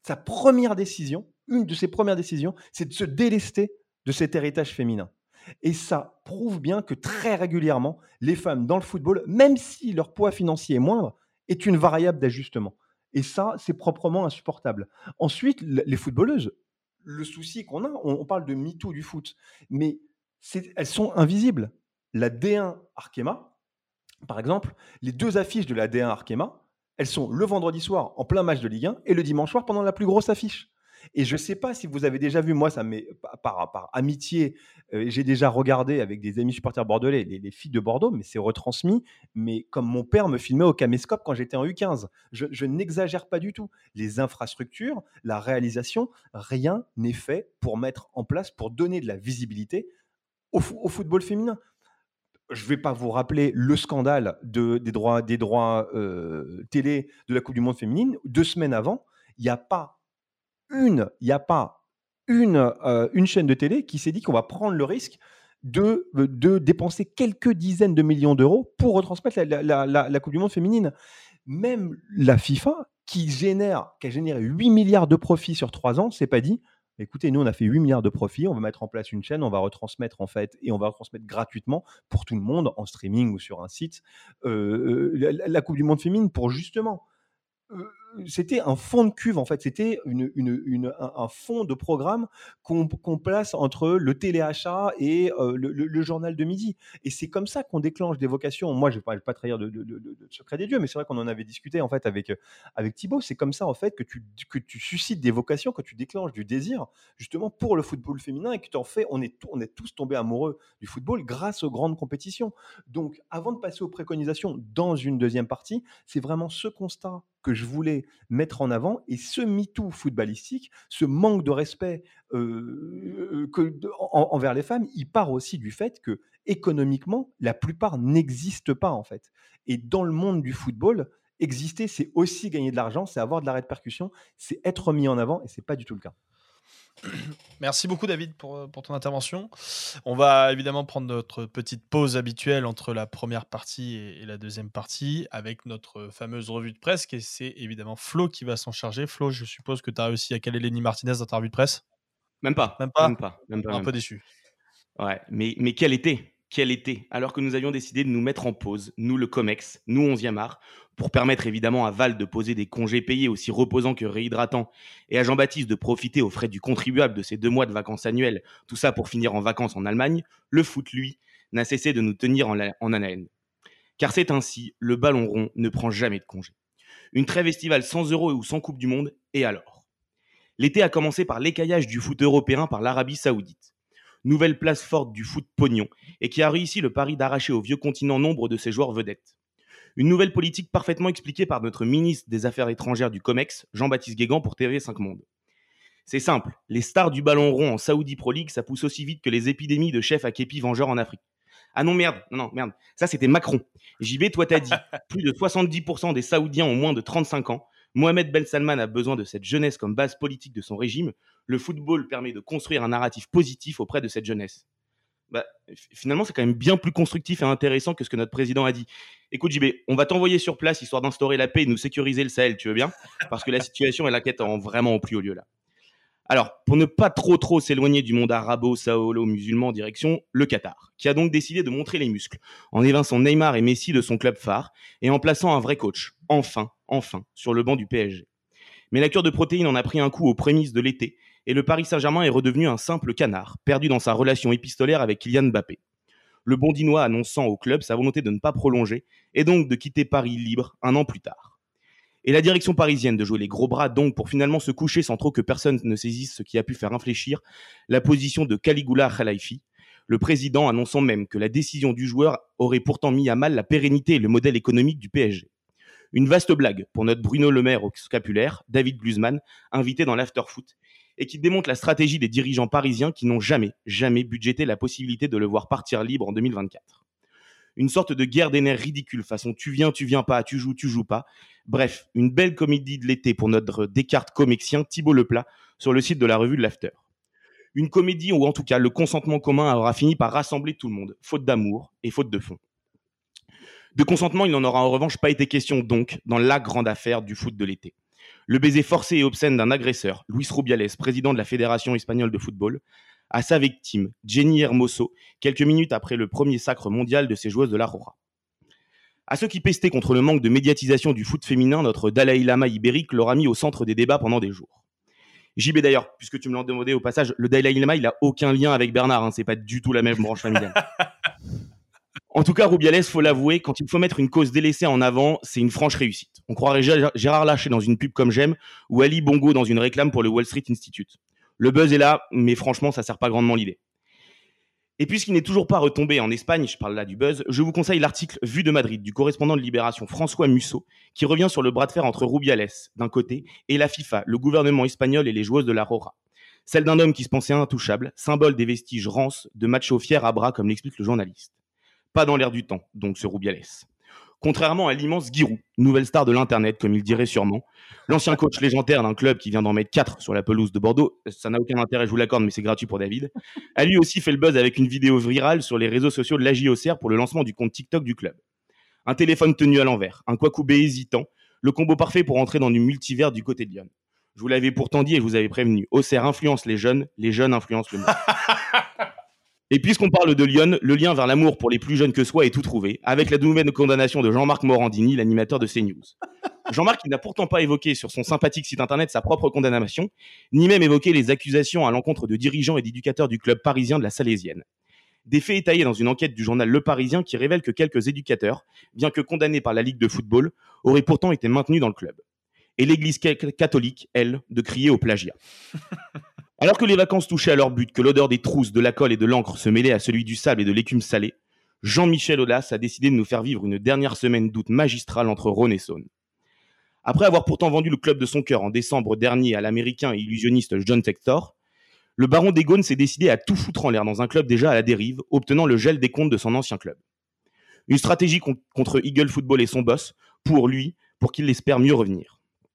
Une de ses premières décisions, c'est de se délester de cet héritage féminin. Et ça prouve bien que très régulièrement, les femmes dans le football, même si leur poids financier est moindre, est une variable d'ajustement. Et ça, c'est proprement insupportable. Ensuite, les footballeuses, le souci qu'on a, on parle de MeToo du foot, mais elles sont invisibles. La D1 Arkema, par exemple, les 2 affiches de la D1 Arkema, elles sont le vendredi soir en plein match de Ligue 1 et le dimanche soir pendant la plus grosse affiche. Et je ne sais pas si vous avez déjà vu, moi, ça m'est par amitié, j'ai déjà regardé avec des amis supporters bordelais les filles de Bordeaux, mais c'est retransmis, mais comme mon père me filmait au caméscope quand j'étais en U15. Je n'exagère pas du tout. Les infrastructures, la réalisation, rien n'est fait pour mettre en place, pour donner de la visibilité au football féminin. Je ne vais pas vous rappeler le scandale des droits télé de la Coupe du Monde féminine. 2 semaines avant, il n'y a pas une chaîne de télé qui s'est dit qu'on va prendre le risque de dépenser quelques dizaines de millions d'euros pour retransmettre la Coupe du monde féminine. Même la FIFA, qui a généré 8 milliards de profits sur 3 ans, s'est pas dit écoutez, nous on a fait 8 milliards de profits, on va mettre en place une chaîne, on va retransmettre en fait, et on va retransmettre gratuitement pour tout le monde en streaming ou sur un site la Coupe du monde féminine pour justement c'était un fond de cuve en fait, c'était un fond de programme qu'on place entre le téléachat et le journal de midi. Et c'est comme ça qu'on déclenche des vocations. Moi, je ne vais pas trahir de secret des dieux, mais c'est vrai qu'on en avait discuté en fait avec Thibaut. C'est comme ça en fait que tu suscites des vocations, que tu déclenches du désir justement pour le football féminin et que tu en fais. On est tous tombés amoureux du football grâce aux grandes compétitions. Donc, avant de passer aux préconisations dans une deuxième partie, c'est vraiment ce constat que je voulais mettre en avant et ce MeToo footballistique, ce manque de respect envers les femmes, il part aussi du fait que économiquement, la plupart n'existent pas en fait. Et dans le monde du football, exister, c'est aussi gagner de l'argent, c'est avoir de la répercussion, c'est être mis en avant et c'est pas du tout le cas. Merci beaucoup David pour ton intervention. On va évidemment prendre notre petite pause habituelle entre la première partie et la deuxième partie avec notre fameuse revue de presse et c'est évidemment Flo qui va s'en charger. Flo, je suppose que tu as réussi à caler Lenny Martinez dans ta revue de presse? Même pas. Un peu déçu. Ouais, mais quel été, alors que nous avions décidé de nous mettre en pause, nous le COMEX, nous 11e art, pour permettre évidemment à Val de poser des congés payés aussi reposants que réhydratants, et à Jean-Baptiste de profiter aux frais du contribuable de ses 2 mois de vacances annuelles, tout ça pour finir en vacances en Allemagne, le foot, lui, n'a cessé de nous tenir en haleine. Car c'est ainsi, le ballon rond ne prend jamais de congé. Une trêve estivale sans Euro ou sans Coupe du Monde, et alors? L'été a commencé par l'écaillage du foot européen par l'Arabie Saoudite. Nouvelle place forte du foot pognon, et qui a réussi le pari d'arracher au vieux continent nombre de ses joueurs vedettes. Une nouvelle politique parfaitement expliquée par notre ministre des Affaires étrangères du COMEX, Jean-Baptiste Guégan pour TV5 Monde. C'est simple, les stars du ballon rond en Saudi Pro League, ça pousse aussi vite que les épidémies de chefs à képi vengeurs en Afrique. Ah non, merde, ça c'était Macron. JB, toi t'as dit, plus de 70% des Saoudiens ont moins de 35 ans, Mohamed Ben Salman a besoin de cette jeunesse comme base politique de son régime. Le football permet de construire un narratif positif auprès de cette jeunesse. Finalement, c'est quand même bien plus constructif et intéressant que ce que notre président a dit. Écoute, JB, on va t'envoyer sur place histoire d'instaurer la paix et de nous sécuriser le Sahel, tu veux bien? Parce que la situation, elle inquiète vraiment au plus haut lieu là. Alors, pour ne pas trop s'éloigner du monde arabo-saoulo-musulman en direction, le Qatar, qui a donc décidé de montrer les muscles, en évinçant Neymar et Messi de son club phare, et en plaçant un vrai coach, enfin, sur le banc du PSG. Mais la cure de protéines en a pris un coup aux prémices de l'été, et le Paris Saint-Germain est redevenu un simple canard, perdu dans sa relation épistolaire avec Kylian Mbappé. Le Bondinois annonçant au club sa volonté de ne pas prolonger, et donc de quitter Paris libre 1 an plus tard. Et la direction parisienne de jouer les gros bras donc pour finalement se coucher sans trop que personne ne saisisse ce qui a pu faire infléchir la position de Kaligoula Khelaifi, le président annonçant même que la décision du joueur aurait pourtant mis à mal la pérennité et le modèle économique du PSG. Une vaste blague pour notre Bruno Le Maire au scapulaire, David Glusman, invité dans l'afterfoot, et qui démontre la stratégie des dirigeants parisiens qui n'ont jamais budgété la possibilité de le voir partir libre en 2024. Une sorte de guerre des nerfs ridicule, façon tu viens pas, tu joues pas. Bref, une belle comédie de l'été pour notre Descartes comexien Thibaut Leplat sur le site de la revue de l'After. Une comédie où en tout cas le consentement commun aura fini par rassembler tout le monde, faute d'amour et faute de fond. De consentement, il n'en aura en revanche pas été question donc dans la grande affaire du foot de l'été. Le baiser forcé et obscène d'un agresseur, Luis Rubiales, président de la Fédération espagnole de football, à sa victime, Jenny Hermoso, quelques minutes après le premier sacre mondial de ses joueuses de la Roja. À ceux qui pestaient contre le manque de médiatisation du foot féminin, notre Dalai Lama ibérique l'aura mis au centre des débats pendant des jours. JB d'ailleurs, puisque tu me l'as demandé au passage, le Dalai Lama, il a aucun lien avec Bernard, c'est pas du tout la même branche familiale. En tout cas, Rubiales, faut l'avouer, quand il faut mettre une cause délaissée en avant, c'est une franche réussite. On croirait Gérard Larcher dans une pub comme J'aime, ou Ali Bongo dans une réclame pour le Wall Street Institute. Le buzz est là, mais franchement, ça sert pas grandement l'idée. Et puisqu'il n'est toujours pas retombé en Espagne, je parle là du buzz, je vous conseille l'article Vue de Madrid du correspondant de Libération François Musso, qui revient sur le bras de fer entre Rubiales, d'un côté, et la FIFA, le gouvernement espagnol et les joueuses de la Roja. Celle d'un homme qui se pensait intouchable, symbole des vestiges rances de macho fiers à bras, comme l'explique le journaliste. Pas dans l'air du temps, donc ce Rubiales. Contrairement à l'immense Giroud, nouvelle star de l'internet, comme il dirait sûrement, l'ancien coach légendaire d'un club qui vient d'en mettre 4 sur la pelouse de Bordeaux, ça n'a aucun intérêt, je vous l'accorde, mais c'est gratuit pour David, a lui aussi fait le buzz avec une vidéo virale sur les réseaux sociaux de l'AJOCR pour le lancement du compte TikTok du club. Un téléphone tenu à l'envers, un Kwakubé hésitant, le combo parfait pour entrer dans du multivers du côté de Lyon. Je vous l'avais pourtant dit et je vous avais prévenu, Auxerre influence les jeunes influencent le monde. Et puisqu'on parle de Lyon, le lien vers l'amour pour les plus jeunes que soi est tout trouvé, avec la nouvelle condamnation de Jean-Marc Morandini, l'animateur de CNews. Jean-Marc, il n'a pourtant pas évoqué sur son sympathique site internet sa propre condamnation, ni même évoqué les accusations à l'encontre de dirigeants et d'éducateurs du club parisien de la Salésienne. Des faits étayés dans une enquête du journal Le Parisien qui révèle que quelques éducateurs, bien que condamnés par la Ligue de football, auraient pourtant été maintenus dans le club. Et l'Église catholique, elle, de crier au plagiat. Alors que les vacances touchaient à leur but, que l'odeur des trousses, de la colle et de l'encre se mêlait à celui du sable et de l'écume salée, Jean-Michel Aulas a décidé de nous faire vivre une dernière semaine d'août magistrale entre Rhône et Saône. Après avoir pourtant vendu le club de son cœur en décembre dernier à l'américain et illusionniste John Textor, le baron des Gaunes s'est décidé à tout foutre en l'air dans un club déjà à la dérive, obtenant le gel des comptes de son ancien club. Une stratégie contre Eagle Football et son boss, pour qu'il espère mieux revenir.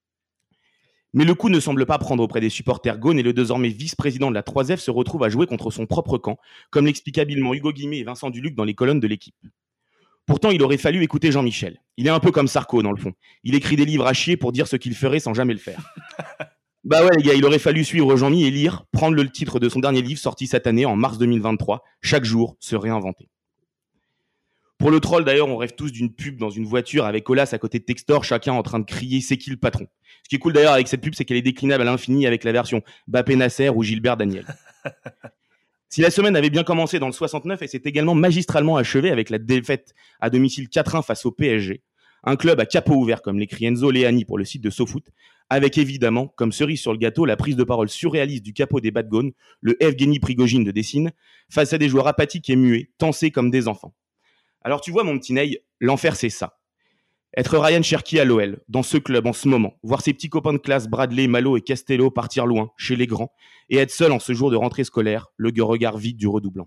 Mais le coup ne semble pas prendre auprès des supporters Gaunes et le désormais vice-président de la 3F se retrouve à jouer contre son propre camp, comme l'expliquent habilement Hugo Guimet et Vincent Duluc dans les colonnes de l'équipe. Pourtant, il aurait fallu écouter Jean-Michel. Il est un peu comme Sarko dans le fond. Il écrit des livres à chier pour dire ce qu'il ferait sans jamais le faire. Bah ouais les gars, il aurait fallu suivre Jean-Mi et lire, prendre le titre de son dernier livre sorti cette année en mars 2023, Chaque jour se réinventer. Pour le troll d'ailleurs, on rêve tous d'une pub dans une voiture avec Aulas à côté de Textor, chacun en train de crier c'est qui le patron. Ce qui est cool d'ailleurs avec cette pub, c'est qu'elle est déclinable à l'infini avec la version Bappé Nasser ou Gilbert Daniel. Si la semaine avait bien commencé dans le 69, elle s'est également magistralement achevée avec la défaite à domicile 4-1 face au PSG, un club à capot ouvert comme l'écrit Enzo Leani pour le site de SoFoot, avec évidemment, comme cerise sur le gâteau, la prise de parole surréaliste du capot des Bad Gaunes, le Evgeny Prigogine de Dessine, face à des joueurs apathiques et muets, tensés comme des enfants. Alors tu vois mon petit Ney, l'enfer c'est ça. Être Ryan Cherki à l'OL, dans ce club en ce moment, voir ses petits copains de classe Bradley, Malo et Castello partir loin, chez les grands, et être seul en ce jour de rentrée scolaire, le regard vide du redoublant.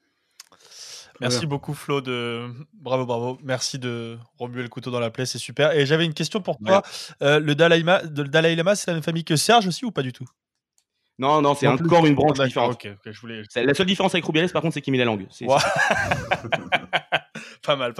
Merci beaucoup Flo, bravo, merci de remuer le couteau dans la plaie, c'est super. Et j'avais une question pour toi, le Dalai Lama, c'est la même famille que Serge aussi ou pas du tout? Non, c'est encore une branche différente. Okay, la seule différence avec Rubiales, par contre, c'est qu'il met la langue. C'est Pas mal.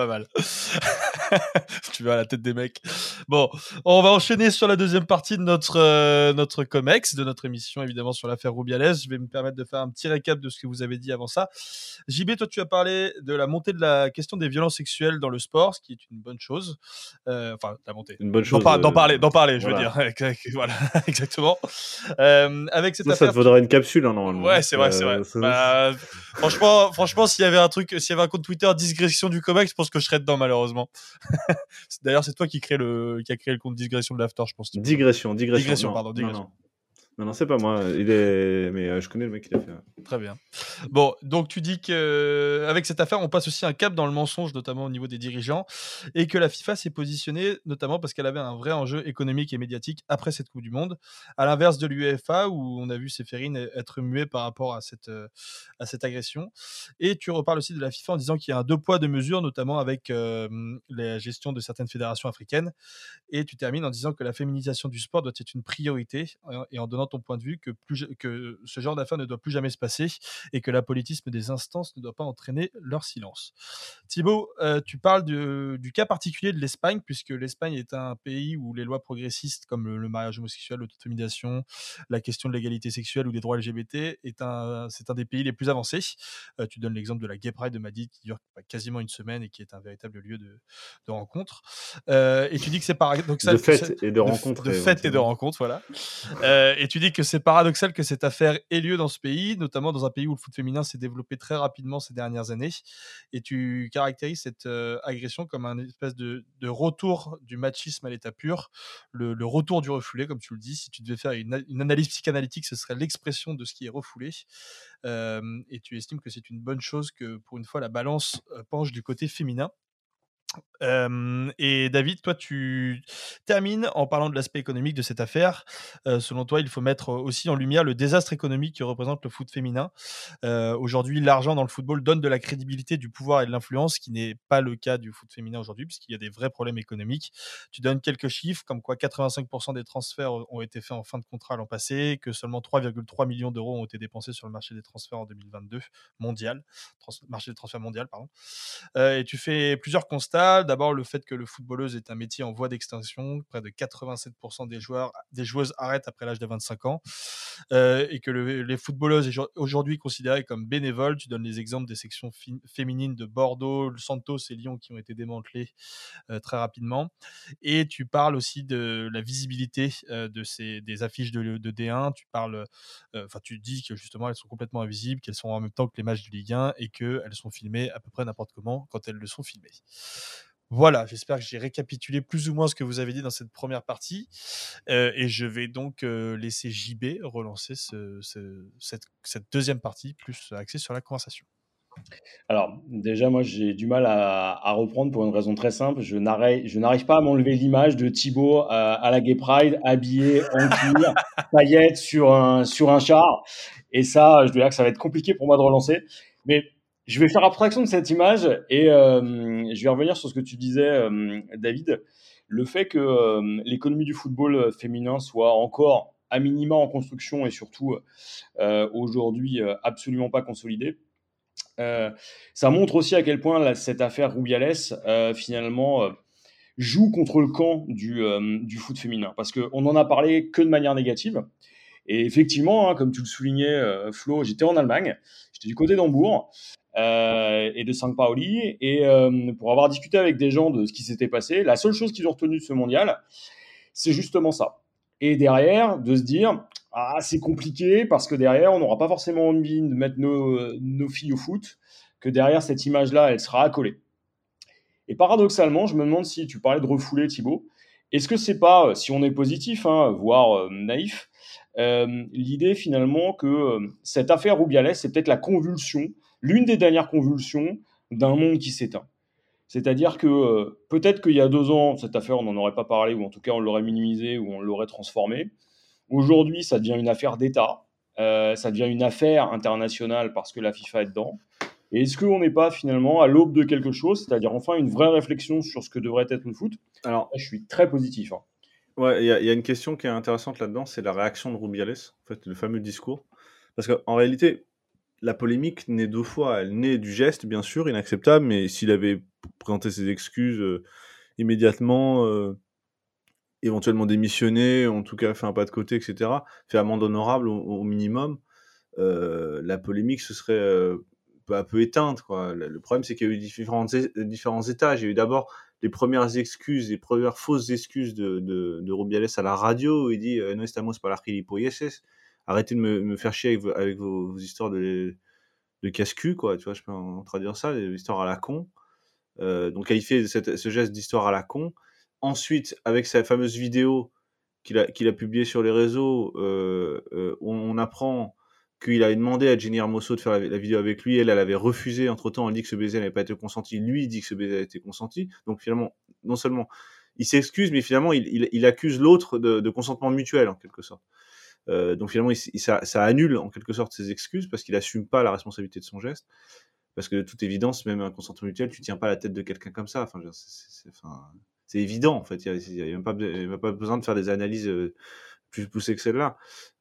Tu vas à la tête des mecs. Bon, on va enchaîner sur la deuxième partie de notre Comex, de notre émission, évidemment, sur l'affaire Rubiales. Je vais me permettre de faire un petit récap de ce que vous avez dit avant ça. JB, toi, tu as parlé de la montée de la question des violences sexuelles dans le sport, ce qui est une bonne chose. Enfin, la montée. Une bonne chose. D'en parler, voilà. je veux dire. Voilà, exactement. Avec cette affaire... Ça te vaudrait une capsule, hein, normalement. Ouais, c'est vrai. Franchement, s'il y avait un compte Twitter digression du Comex, je pense que je serais dedans, malheureusement. D'ailleurs, c'est toi qui a créé le compte digression de l'After, je pense. Digression, pardon. Non, c'est pas moi. Mais je connais le mec qui l'a fait. Très bien. Bon, donc tu dis qu'avec cette affaire, on passe aussi un cap dans le mensonge, notamment au niveau des dirigeants, et que la FIFA s'est positionnée, notamment parce qu'elle avait un vrai enjeu économique et médiatique après cette Coupe du Monde, à l'inverse de l'UEFA, où on a vu Séphérine être muet par rapport à cette agression. Et tu reparles aussi de la FIFA en disant qu'il y a un deux poids, deux mesures, notamment avec la gestion de certaines fédérations africaines. Et tu termines en disant que la féminisation du sport doit être une priorité, et en donnant ton point de vue que ce genre d'affaires ne doit plus jamais se passer et que l'apolitisme des instances ne doit pas entraîner leur silence. Thibaut, tu parles du cas particulier de l'Espagne, puisque l'Espagne est un pays où les lois progressistes comme le mariage homosexuel, l'autoféminisation, la question de l'égalité sexuelle ou des droits LGBT, c'est un des pays les plus avancés. Tu donnes l'exemple de la Gay Pride de Madrid qui dure quasiment une semaine et qui est un véritable lieu de rencontre. Et tu dis que c'est paradoxal. De fête et de rencontre. De fête et de rencontre, voilà. Et tu dis que c'est paradoxal que cette affaire ait lieu dans ce pays, notamment dans un pays où le foot féminin s'est développé très rapidement ces dernières années. Et tu caractérises cette agression comme un espèce de retour du machisme à l'état pur, le retour du refoulé, comme tu le dis. Si tu devais faire une analyse psychanalytique, ce serait l'expression de ce qui est refoulé. Et tu estimes que c'est une bonne chose que, pour une fois, la balance penche du côté féminin. Et David, toi, tu termines en parlant de l'aspect économique de cette affaire. Selon toi, il faut mettre aussi en lumière le désastre économique que représente le foot féminin. Aujourd'hui, l'argent dans le football donne de la crédibilité, du pouvoir et de l'influence, ce qui n'est pas le cas du foot féminin aujourd'hui, puisqu'il y a des vrais problèmes économiques. Tu donnes quelques chiffres, comme quoi 85% des transferts ont été faits en fin de contrat l'an passé, que seulement 3,3 millions d'euros ont été dépensés sur le marché des transferts en 2022 marché des transferts mondial, pardon. Et tu fais plusieurs constats. D'abord, le fait que le footballeuse est un métier en voie d'extinction. Près de 87% des joueuses arrêtent après l'âge de 25 ans. Et que les footballeuses sont aujourd'hui considérées comme bénévoles. Tu donnes les exemples des sections féminines de Bordeaux, Santos et Lyon qui ont été démantelées très rapidement. Et tu parles aussi de la visibilité des affiches de D1. Tu dis que justement elles sont complètement invisibles, qu'elles sont en même temps que les matchs de Ligue 1 et qu'elles sont filmées à peu près n'importe comment quand elles le sont filmées. Voilà, j'espère que j'ai récapitulé plus ou moins ce que vous avez dit dans cette première partie. Et je vais donc laisser JB relancer cette deuxième partie plus axée sur la conversation. Alors, déjà, moi, j'ai du mal à reprendre pour une raison très simple. Je n'arrive pas à m'enlever l'image de Thibaut à la Gay Pride, habillé en cuir, paillettes sur un char. Et ça, je dois dire que ça va être compliqué pour moi de relancer. Mais je vais faire abstraction de cette image et je vais revenir sur ce que tu disais, David. Le fait que l'économie du football féminin soit encore à minima en construction et surtout aujourd'hui absolument pas consolidée. Ça montre aussi à quel point cette affaire Rubiales finalement joue contre le camp du foot féminin, parce qu'on n'en a parlé que de manière négative. Et effectivement, comme tu le soulignais, Flo, j'étais en Allemagne, j'étais du côté d'Hambourg et de St. Pauli, et pour avoir discuté avec des gens de ce qui s'était passé, la seule chose qu'ils ont retenue de ce mondial, c'est justement ça. Et derrière, de se dire, c'est compliqué parce que derrière, on n'aura pas forcément envie de mettre nos filles au foot, que derrière cette image-là, elle sera accolée. Et paradoxalement, je me demande si tu parlais de refouler, Thibaut, est-ce que c'est pas, si on est positif, voire naïf, l'idée finalement que cette affaire Rubiales, c'est peut-être la convulsion, l'une des dernières convulsions d'un monde qui s'éteint. C'est-à-dire que peut-être qu'il y a 2 ans, cette affaire, on n'en aurait pas parlé, ou en tout cas on l'aurait minimisée, ou on l'aurait transformée. Aujourd'hui, ça devient une affaire d'État, ça devient une affaire internationale parce que la FIFA est dedans. Et est-ce qu'on n'est pas finalement à l'aube de quelque chose, c'est-à-dire enfin une vraie réflexion sur ce que devrait être le foot? Alors, je suis très positif. Ouais, il y a une question qui est intéressante là-dedans, c'est la réaction de Rubiales, en fait, le fameux discours. Parce qu'en réalité, la polémique naît 2 fois. Elle naît du geste, bien sûr, inacceptable, mais s'il avait présenté ses excuses immédiatement, éventuellement démissionné, en tout cas fait un pas de côté, etc., fait amende honorable au minimum, la polémique se serait peu à peu éteinte, quoi. Le problème, c'est qu'il y a eu différents étages. Il y a eu d'abord les premières excuses, les premières fausses excuses de Rubiales à la radio, où il dit « No estamos para gilipolleces ». Arrêtez de me faire chier avec vos histoires de casse-cul, quoi. Tu vois, je peux en traduire ça, des histoires à la con. Donc, qualifier ce geste d'histoire à la con. Ensuite, avec sa fameuse vidéo qu'il a publiée sur les réseaux, on apprend qu'il avait demandé à Jenny Hermoso de faire la vidéo avec lui. Elle avait refusé. Entre-temps, elle dit que ce baiser n'avait pas été consenti. Lui, il dit que ce baiser a été consenti. Donc, finalement, non seulement il s'excuse, mais finalement, il accuse l'autre de consentement mutuel, en quelque sorte. Donc, finalement, ça annule, en quelque sorte, ses excuses parce qu'il n'assume pas la responsabilité de son geste. Parce que de toute évidence, même un consentement mutuel, tu tiens pas la tête de quelqu'un comme ça. Enfin, c'est évident, en fait. Il n'y a même pas besoin de faire des analyses plus poussées que celle-là.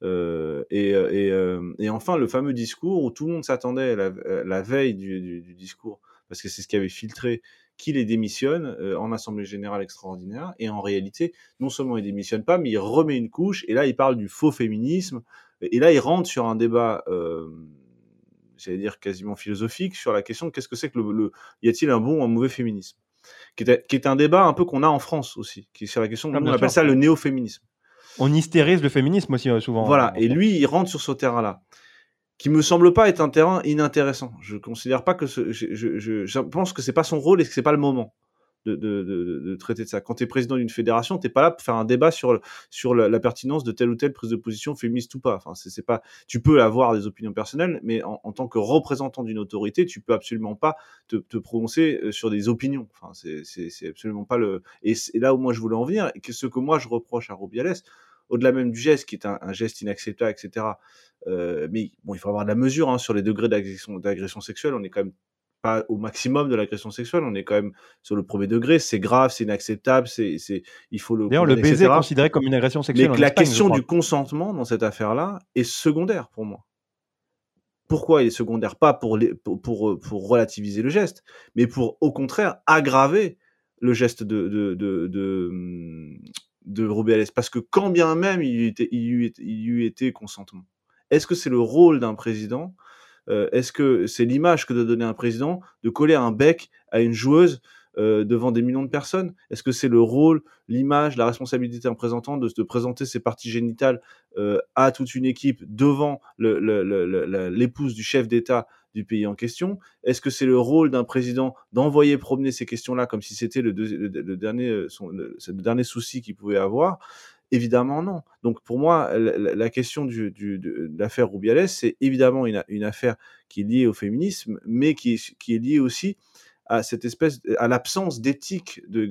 Et enfin, le fameux discours où tout le monde s'attendait la veille du discours, parce que c'est ce qui avait filtré, qu'il démissionne en Assemblée Générale Extraordinaire. Et en réalité, non seulement il démissionne pas, mais il remet une couche. Et là, il parle du faux féminisme. Et là, il rentre sur un débat... j'allais dire quasiment philosophique, sur la question de qu'est-ce que c'est que y a-t-il un bon ou un mauvais féminisme, qui est un débat un peu qu'on a en France aussi, qui est sur la question, on appelle ça le néo-féminisme. On hystérise le féminisme aussi souvent. Voilà, et lui, il rentre sur ce terrain-là, qui me semble pas être un terrain inintéressant. Je considère pas que je pense que c'est pas son rôle et que c'est pas le moment de traiter de ça. Quand tu es président d'une fédération, tu n'es pas là pour faire un débat sur la pertinence de telle ou telle prise de position féministe ou pas. Enfin, c'est pas. Tu peux avoir des opinions personnelles, mais en tant que représentant d'une autorité, tu peux absolument pas te prononcer sur des opinions. Enfin, c'est absolument pas le. Et c'est là où moi je voulais en venir, et que ce que moi je reproche à Rubiales, au-delà même du geste, qui est un geste inacceptable, etc. Mais bon, il faut avoir de la mesure sur les degrés d'agression sexuelle. On est quand même pas au maximum de l'agression sexuelle, on est quand même sur le premier degré, c'est grave, c'est inacceptable, il faut le D'ailleurs, le baiser est considéré comme une agression sexuelle. Mais la question du consentement dans cette affaire-là est secondaire pour moi. Pourquoi il est secondaire? Pas pour relativiser le geste, mais pour, au contraire, aggraver le geste de Rubiales. Parce que quand bien même il y eût été consentement, est-ce que c'est le rôle d'un président? Est-ce que c'est l'image que de donner un président de coller un bec à une joueuse devant des millions de personnes? Est-ce que c'est le rôle, l'image, la responsabilité d'un représentant de présenter ses parties génitales à toute une équipe devant l'épouse du chef d'État du pays en question? Est-ce que c'est le rôle d'un président d'envoyer promener ces questions-là comme si c'était le dernier souci qu'il pouvait avoir? Évidemment non. Donc pour moi, la question de l'affaire Rubiales, c'est évidemment une affaire qui est liée au féminisme, mais qui est liée aussi à à l'absence d'éthique des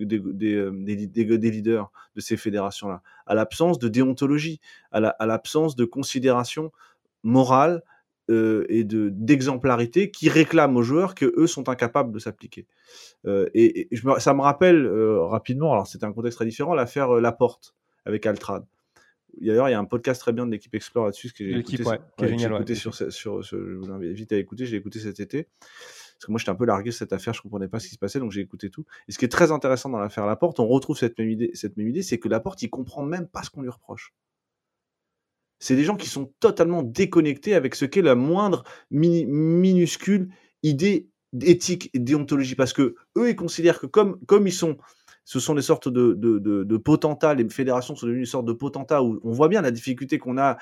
leaders de ces fédérations-là, à l'absence de déontologie, à l'absence de considération morale et d'exemplarité qui réclament aux joueurs que eux sont incapables de s'appliquer. Ça me rappelle rapidement, alors c'était un contexte très différent, l'affaire Laporte avec Altrad. D'ailleurs, il y a un podcast très bien de l'équipe Explore là-dessus, que j'ai écouté, je vous invite à écouter, je l'ai écouté cet été, parce que moi j'étais un peu largué sur cette affaire, je comprenais pas ce qui se passait, donc j'ai écouté tout. Et ce qui est très intéressant dans l'affaire Laporte, on retrouve cette même idée, c'est que Laporte, il comprend même pas ce qu'on lui reproche. C'est des gens qui sont totalement déconnectés avec ce qu'est la moindre minuscule idée d'éthique et déontologie, parce que eux, ils considèrent que comme ils sont, ce sont des sortes de potentats, les fédérations sont devenues une sorte de potentats où on voit bien la difficulté qu'on a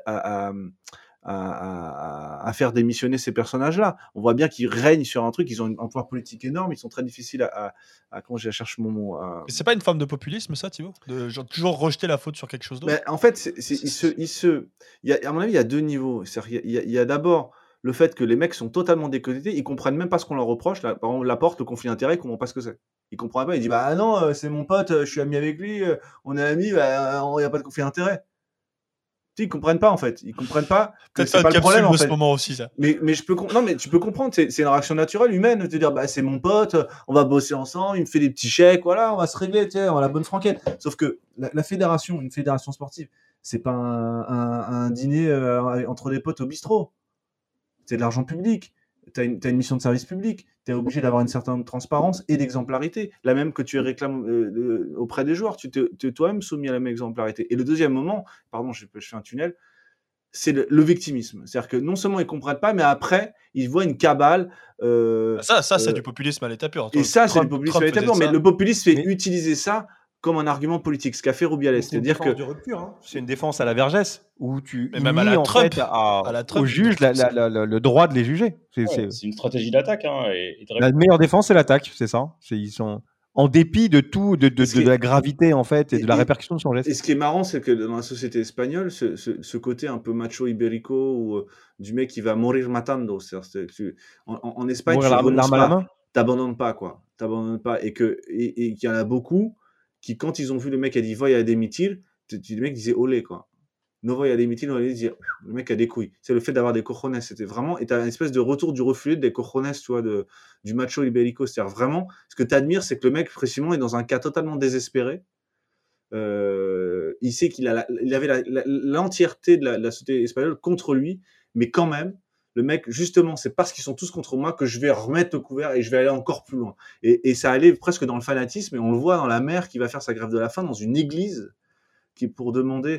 à faire démissionner ces personnages-là. On voit bien qu'ils règnent sur un truc, ils ont un pouvoir politique énorme, ils sont très difficiles quand je cherche mon mot. Mais c'est pas une forme de populisme, ça, Thibaut, de toujours rejeter la faute sur quelque chose d'autre? Mais en fait, à mon avis, il y a deux niveaux. Il y a d'abord le fait que les mecs sont totalement déconnectés, ils comprennent même pas ce qu'on leur reproche. Là, par exemple, Laporte, le conflit d'intérêts, ils comprennent pas ce que c'est. Ils comprennent pas, ils disent bah non, c'est mon pote, je suis ami avec lui, on est amis, il n'y a pas de conflit d'intérêts. Ils comprennent pas en fait, ils comprennent pas que c'est pas le problème en fait. Ce moment aussi, ça. Mais mais tu peux comprendre, c'est une réaction naturelle humaine de te dire bah c'est mon pote, on va bosser ensemble, il me fait des petits chèques, voilà, on va se régler, tiens, on a la bonne franquette. Sauf que la fédération, une fédération sportive, c'est pas un dîner entre des potes au bistrot. C'est de l'argent public. T'as une mission de service public, tu es obligé d'avoir une certaine transparence et d'exemplarité, la même que tu réclames auprès des joueurs, tu t'es toi-même soumis à la même exemplarité. Et le deuxième moment, pardon, je fais un tunnel, c'est le victimisme. C'est-à-dire que non seulement ils comprennent pas, mais après, ils voient une cabale. Ça, c'est du populisme à l'état pur. Et ça, c'est du populisme à l'état pur, mais le populisme fait utiliser ça comme un argument politique, ce qu'a fait Rubiales. C'est-à-dire que c'est une défense à la Vergès, où tu même à la Trump, au juge le droit de les juger. C'est une stratégie d'attaque. La meilleure défense, c'est l'attaque, c'est ça. Ils sont en dépit de tout, de la gravité en fait et de la répercussion de son geste. Et ce qui est marrant, c'est que dans la société espagnole, ce côté un peu macho ibérico ou du mec qui va mourir matando, en Espagne, tu t'abandonnes pas quoi, t'abandonnes pas, et qu'il y en a beaucoup qui, quand ils ont vu le mec a dit voy a dimitir, le mec disait olé quoi. No voy a dimitir, le mec a des couilles. C'est le fait d'avoir des cojones. C'était vraiment, et t'as une espèce de retour du reflux des cojones, tu vois, du macho ibérico. C'est-à-dire vraiment, ce que t'admires, c'est que le mec, précisément, est dans un cas totalement désespéré. Il sait qu'il avait l'entièreté de la société espagnole contre lui, mais quand même, le mec, justement, c'est parce qu'ils sont tous contre moi que je vais remettre le couvert et je vais aller encore plus loin. Et ça allait presque dans le fanatisme, et on le voit dans la mère qui va faire sa grève de la faim dans une église, qui pour demander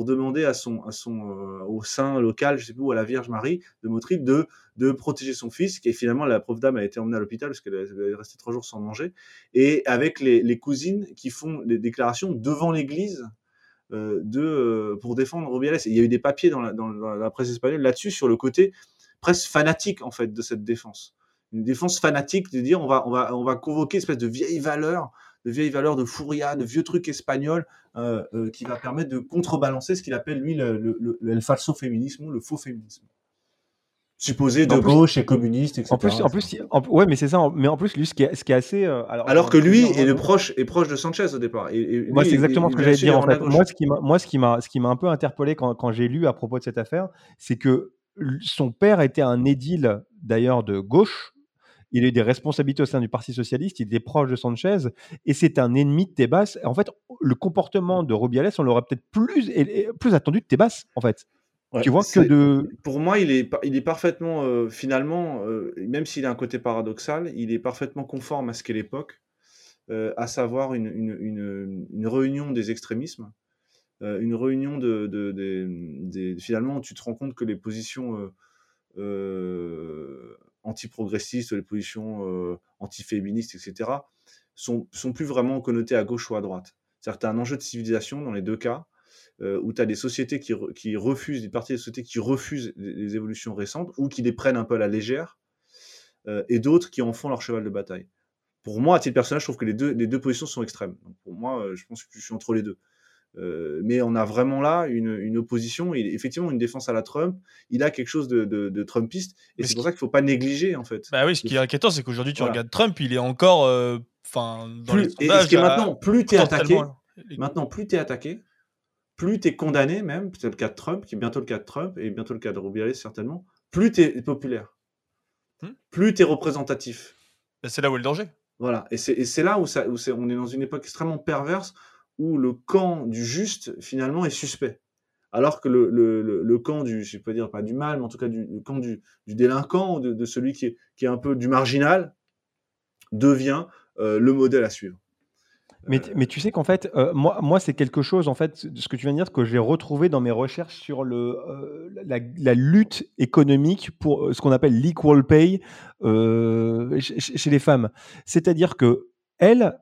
au saint local, je sais plus où, à la Vierge Marie de Motril de protéger son fils, qui finalement la pauvre dame a été emmenée à l'hôpital parce qu'elle est restée 3 jours sans manger, et avec les cousines qui font des déclarations devant l'église pour défendre Rubiales. Et il y a eu des papiers dans la presse espagnole là-dessus, sur le côté presque fanatique en fait de cette défense. défense fanatique, de dire on va convoquer une espèce de vieilles valeurs de Fouriat, de vieux trucs espagnols, qui va permettre de contrebalancer ce qu'il appelle lui le falso féminisme, le faux féminisme. Supposé de gauche et communiste, etc. Ouais, mais c'est ça. Mais en plus, lui, ce qui est assez. Alors que lui est proche de Sanchez au départ. Moi, c'est exactement ce que j'allais dire en fait. Moi, ce qui m'a un peu interpellé quand j'ai lu à propos de cette affaire, c'est que son père était un édile d'ailleurs de gauche. Il a eu des responsabilités au sein du Parti socialiste. Il était proche de Sanchez et c'est un ennemi de Tebas. En fait, le comportement de Rubiales, on l'aurait peut-être plus attendu de Tebas, en fait. Ouais, tu vois que de. Pour moi, il est parfaitement, finalement, même s'il a un côté paradoxal, il est parfaitement conforme à ce qu'est l'époque, à savoir une réunion des extrémismes, une réunion finalement, tu te rends compte que les positions anti-progressistes, les positions anti-féministes, etc., sont plus vraiment connotées à gauche ou à droite. C'est-à-dire que tu as un enjeu de civilisation dans les deux cas, où tu as des sociétés qui refusent, des parties des sociétés qui refusent les évolutions récentes ou qui les prennent un peu à la légère, et d'autres qui en font leur cheval de bataille. Pour moi, à titre personnel, je trouve que les deux positions sont extrêmes. Donc pour moi, je pense que je suis entre les deux. Mais on a vraiment là une opposition et effectivement une défense à la Trump. Il a quelque chose de Trumpiste et c'est pour ça qu'il ne faut pas négliger en fait. Bah oui, ce qui est inquiétant, c'est qu'aujourd'hui tu regardes Trump, il est encore dans les sondages. Et ce qui est maintenant, plus tu es attaqué, plus tu es condamné même, c'est le cas de Trump, qui est bientôt le cas de Trump et bientôt le cas de Rubiales certainement, plus tu es populaire, plus tu es représentatif. Bah, c'est là où est le danger. Voilà, et c'est là où on est dans une époque extrêmement perverse où le camp du juste, finalement, est suspect. Alors que le camp du, je ne peux dire pas du mal, mais en tout cas le camp du délinquant, de celui qui est un peu du marginal, devient le modèle à suivre. Mais tu sais qu'en fait, moi c'est quelque chose, en fait, de ce que tu viens de dire, que j'ai retrouvé dans mes recherches sur la lutte économique pour ce qu'on appelle l'equal pay chez les femmes. C'est-à-dire que il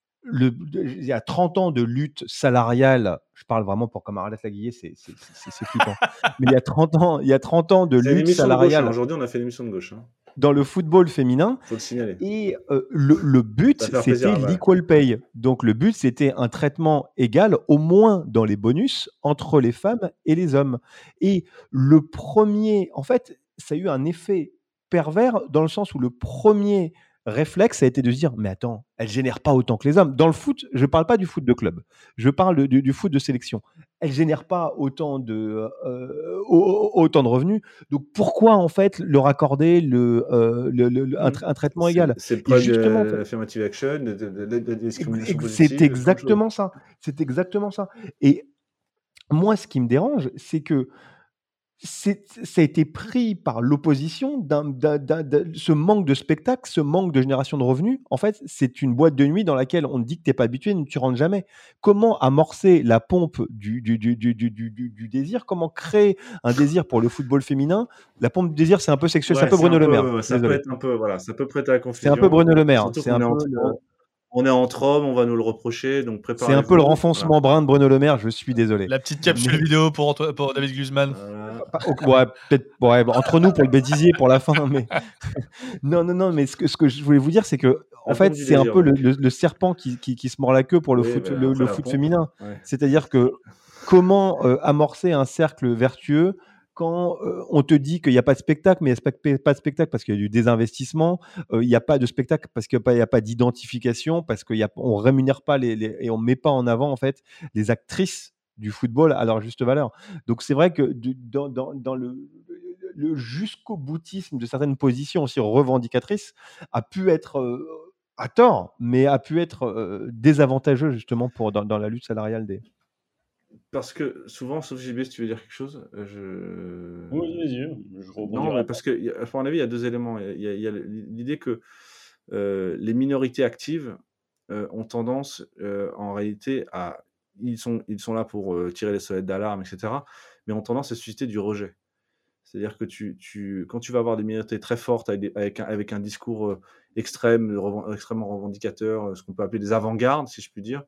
y a 30 ans de lutte salariale, je parle vraiment pour comme Arlette Laguillet, c'est flippant. Mais il y a 30 ans de lutte salariale. Gauche, hein. Aujourd'hui, on a fait l'émission de gauche. Hein. Dans le football féminin. Faut le signaler. Et le but, c'était l'equal pay. Donc, le but, c'était un traitement égal, au moins dans les bonus, entre les femmes et les hommes. Et le premier, en fait, ça a eu un effet pervers dans le sens où le premier réflexe a été de se dire mais attends, elle génère pas autant que les hommes. Dans le foot, je parle pas du foot de club, je parle du foot de sélection. Elle génère pas autant de revenus. Donc pourquoi en fait leur accorder un traitement égal? C'est le problème de l'affirmative action, de discrimination positive. C'est exactement ça. C'est exactement ça. Et moi, ce qui me dérange, c'est que ça a été pris par l'opposition ce manque de spectacle, ce manque de génération de revenus. En fait, c'est une boîte de nuit dans laquelle on te dit que tu n'es pas habitué, tu rentres jamais. Comment amorcer la pompe du désir? Comment créer un désir pour le football féminin? La pompe du désir, c'est un peu sexuel, c'est un peu Bruno Le Maire. Ça peut être un peu, voilà, ça peut prêter à confusion. C'est un peu Bruno Le Maire. On est entre hommes, on va nous le reprocher, donc préparez-vous. C'est un peu le renfoncement brun de Bruno Le Maire, je suis désolé. La petite capsule vidéo pour David Guzman. Ouais, peut-être entre nous pour le bêtisier pour la fin, mais non, mais ce que je voulais vous dire, c'est que en fait, c'est un peu le serpent qui se mord la queue pour le foot féminin. Ouais. C'est-à-dire que comment amorcer un cercle vertueux quand on te dit qu'il n'y a pas de spectacle, mais il n'y a pas de spectacle parce qu'il y a du désinvestissement, il n'y a pas de spectacle parce qu'il n'y a pas d'identification, parce qu'on ne rémunère pas et on ne met pas en avant en fait les actrices du football à leur juste valeur. Donc c'est vrai que dans le jusqu'au boutisme de certaines positions aussi revendicatrices a pu être à tort, mais a pu être désavantageux justement dans la lutte salariale des... Parce que souvent, sauf JB, si tu veux dire quelque chose, Oui, vas-y, je rebondis. Non, mais parce que, à mon avis, il y a deux éléments. Il y a l'idée que les minorités actives ont tendance, en réalité, à... Ils sont là pour tirer les sonnettes d'alarme, etc., mais ont tendance à susciter du rejet. C'est-à-dire que quand tu vas avoir des minorités très fortes avec un discours extrêmement revendicateur, ce qu'on peut appeler des avant-gardes, si je puis dire,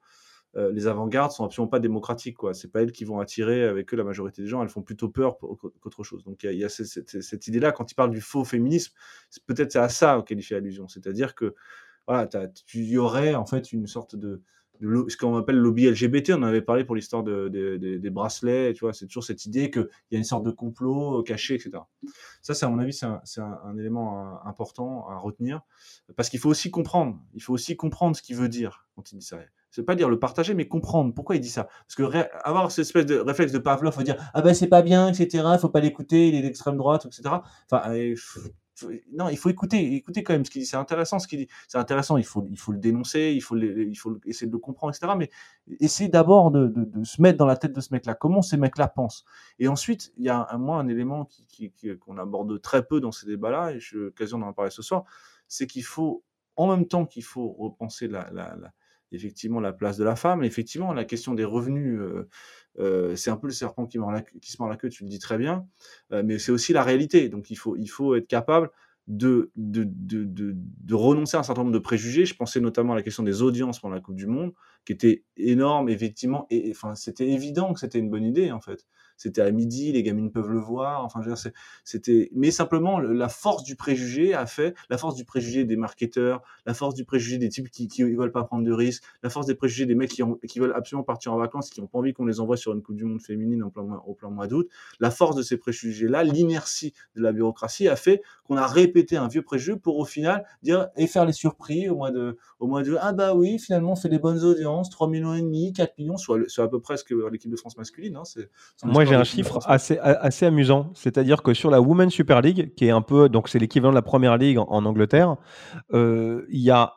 les avant-gardes sont absolument pas démocratiques, quoi. C'est pas elles qui vont attirer avec eux la majorité des gens. Elles font plutôt peur qu'autre chose. Donc il y a cette idée-là, quand il parle du faux féminisme, peut-être c'est à ça auquel il fait allusion. C'est-à-dire que voilà, il y aurait en fait une sorte de ce qu'on appelle le lobby LGBT. On en avait parlé pour l'histoire des bracelets. Tu vois, c'est toujours cette idée qu'il y a une sorte de complot caché, etc. Ça, à mon avis, c'est un élément important à retenir, parce qu'il faut aussi comprendre. Il faut aussi comprendre ce qu'il veut dire quand il dit ça. C'est pas dire le partager, mais comprendre pourquoi il dit ça. Parce que avoir cette espèce de réflexe de Pavlov, faut dire ah ben c'est pas bien, etc. Faut pas l'écouter, il est d'extrême droite, etc. Enfin, non, il faut écouter quand même ce qu'il dit. C'est intéressant ce qu'il dit. C'est intéressant. Il faut le dénoncer, il faut essayer de le comprendre, etc. Mais essayer d'abord de se mettre dans la tête de ce mec-là. Comment ces mecs-là pensent. Et ensuite, il y a un élément qu'on aborde très peu dans ces débats-là, et j'ai l'occasion d'en parler ce soir, c'est qu'il faut, en même temps qu'il faut repenser effectivement la place de la femme, effectivement la question des revenus, c'est un peu le serpent qui se mord la queue, tu le dis très bien, mais c'est aussi la réalité. Donc il faut être capable de renoncer à un certain nombre de préjugés. Je pensais notamment à la question des audiences pendant la Coupe du Monde, qui était énorme, effectivement, et enfin c'était évident que c'était une bonne idée en fait. C'était à midi, les gamines peuvent le voir. Enfin, je veux dire, mais simplement la force du préjugé la force du préjugé des marketeurs, la force du préjugé des types qui veulent pas prendre de risques, la force des préjugés des mecs qui veulent absolument partir en vacances, qui n'ont pas envie qu'on les envoie sur une Coupe du Monde féminine au plein mois d'août. La force de ces préjugés-là, l'inertie de la bureaucratie a fait qu'on a répété un vieux préjugé pour au final dire et faire les surpris au mois de ah bah oui, finalement on fait des bonnes audiences, 3,5 millions, 4 millions, soit à peu près ce que l'équipe de France masculine. Hein, moi j'ai un chiffre assez amusant, c'est-à-dire que sur la Women's Super League, qui est un peu, donc c'est l'équivalent de la Première Ligue en Angleterre, il y a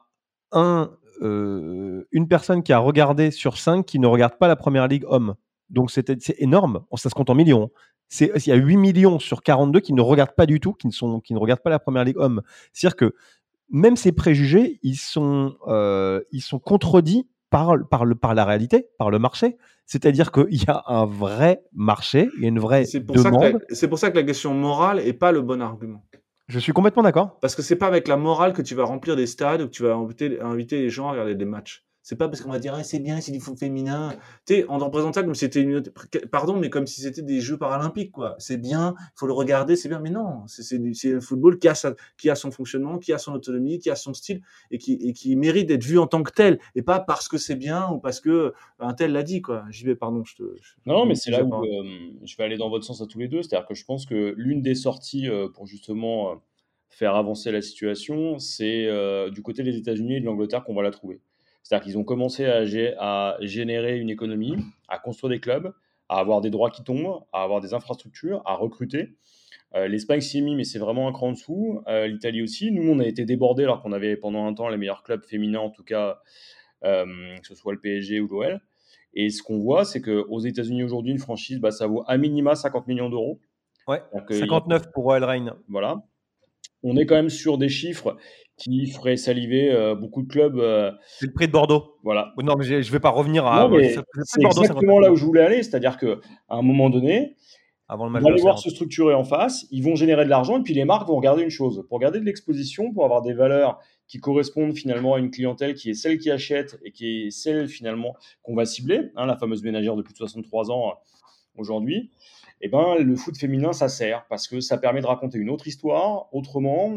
une personne qui a regardé sur 5 qui ne regarde pas la Première Ligue homme. Donc c'est énorme, ça se compte en millions. Il y a 8 millions sur 42 qui ne regardent pas du tout, qui ne regardent pas la Première Ligue homme. C'est-à-dire que même ces préjugés, ils sont contredits par la réalité, par le marché. C'est-à-dire qu'il y a un vrai marché, il y a une vraie demande. C'est pour ça que la question morale n'est pas le bon argument. Je suis complètement d'accord. Parce que c'est pas avec la morale que tu vas remplir des stades ou que tu vas inviter les gens à regarder des matchs. C'est pas parce qu'on va dire c'est bien, c'est du foot féminin. Tu sais, on représente ça comme si c'était mais comme si c'était des Jeux paralympiques, quoi. C'est bien, il faut le regarder, c'est bien, mais non, c'est le football qui a son fonctionnement, qui a son autonomie, qui a son style et qui mérite d'être vu en tant que tel et pas parce que c'est bien ou parce que un tel l'a dit, quoi. J'y vais, pardon. Non, mais c'est là où je vais aller dans votre sens à tous les deux. C'est-à-dire que je pense que l'une des sorties pour justement faire avancer la situation, c'est du côté des États-Unis et de l'Angleterre qu'on va la trouver. C'est-à-dire qu'ils ont commencé à générer une économie, à construire des clubs, à avoir des droits qui tombent, à avoir des infrastructures, à recruter. L'Espagne s'y est mis, mais c'est vraiment un cran en dessous. L'Italie aussi. Nous, on a été débordés alors qu'on avait pendant un temps les meilleurs clubs féminins, en tout cas, que ce soit le PSG ou l'OL. Et ce qu'on voit, c'est qu'aux États-Unis aujourd'hui, une franchise, ça vaut à minima 50 millions d'euros. Ouais, donc, 59 pour Royal Reign. Voilà. On est quand même sur des chiffres qui feraient saliver beaucoup de clubs. C'est le prix de Bordeaux. Voilà. Non, mais je ne vais pas revenir à. Non, mais c'est exactement là où je voulais aller. C'est-à-dire qu'à un moment donné, avant le match, on va les voir se structurer en face, ils vont générer de l'argent, et puis les marques vont regarder une chose. Pour garder de l'exposition, pour avoir des valeurs qui correspondent finalement à une clientèle qui est celle qui achète et qui est celle finalement qu'on va cibler, la fameuse ménagère de plus de 63 ans aujourd'hui, le foot féminin, ça sert parce que ça permet de raconter une autre histoire autrement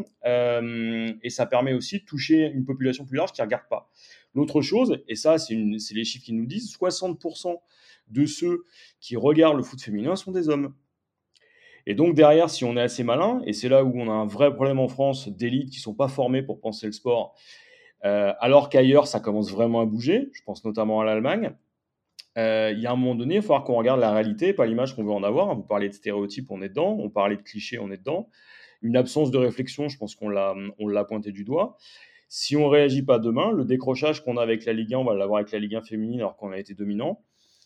et ça permet aussi de toucher une population plus large qui ne regarde pas. L'autre chose, et ça c'est les chiffres qui nous disent, 60% de ceux qui regardent le foot féminin sont des hommes. Et donc derrière, si on est assez malin, et c'est là où on a un vrai problème en France d'élites qui ne sont pas formées pour penser le sport, alors qu'ailleurs ça commence vraiment à bouger, je pense notamment à l'Allemagne, il y a un moment donné, il va falloir qu'on regarde la réalité, pas l'image qu'on veut en avoir. Vous parlez de stéréotypes, on est dedans. On parlait de clichés, on est dedans. Une absence de réflexion, je pense qu'on l'a pointé du doigt. Si on ne réagit pas demain, le décrochage qu'on a avec la Ligue 1, on va l'avoir avec la Ligue 1 féminine alors qu'on a été dominant.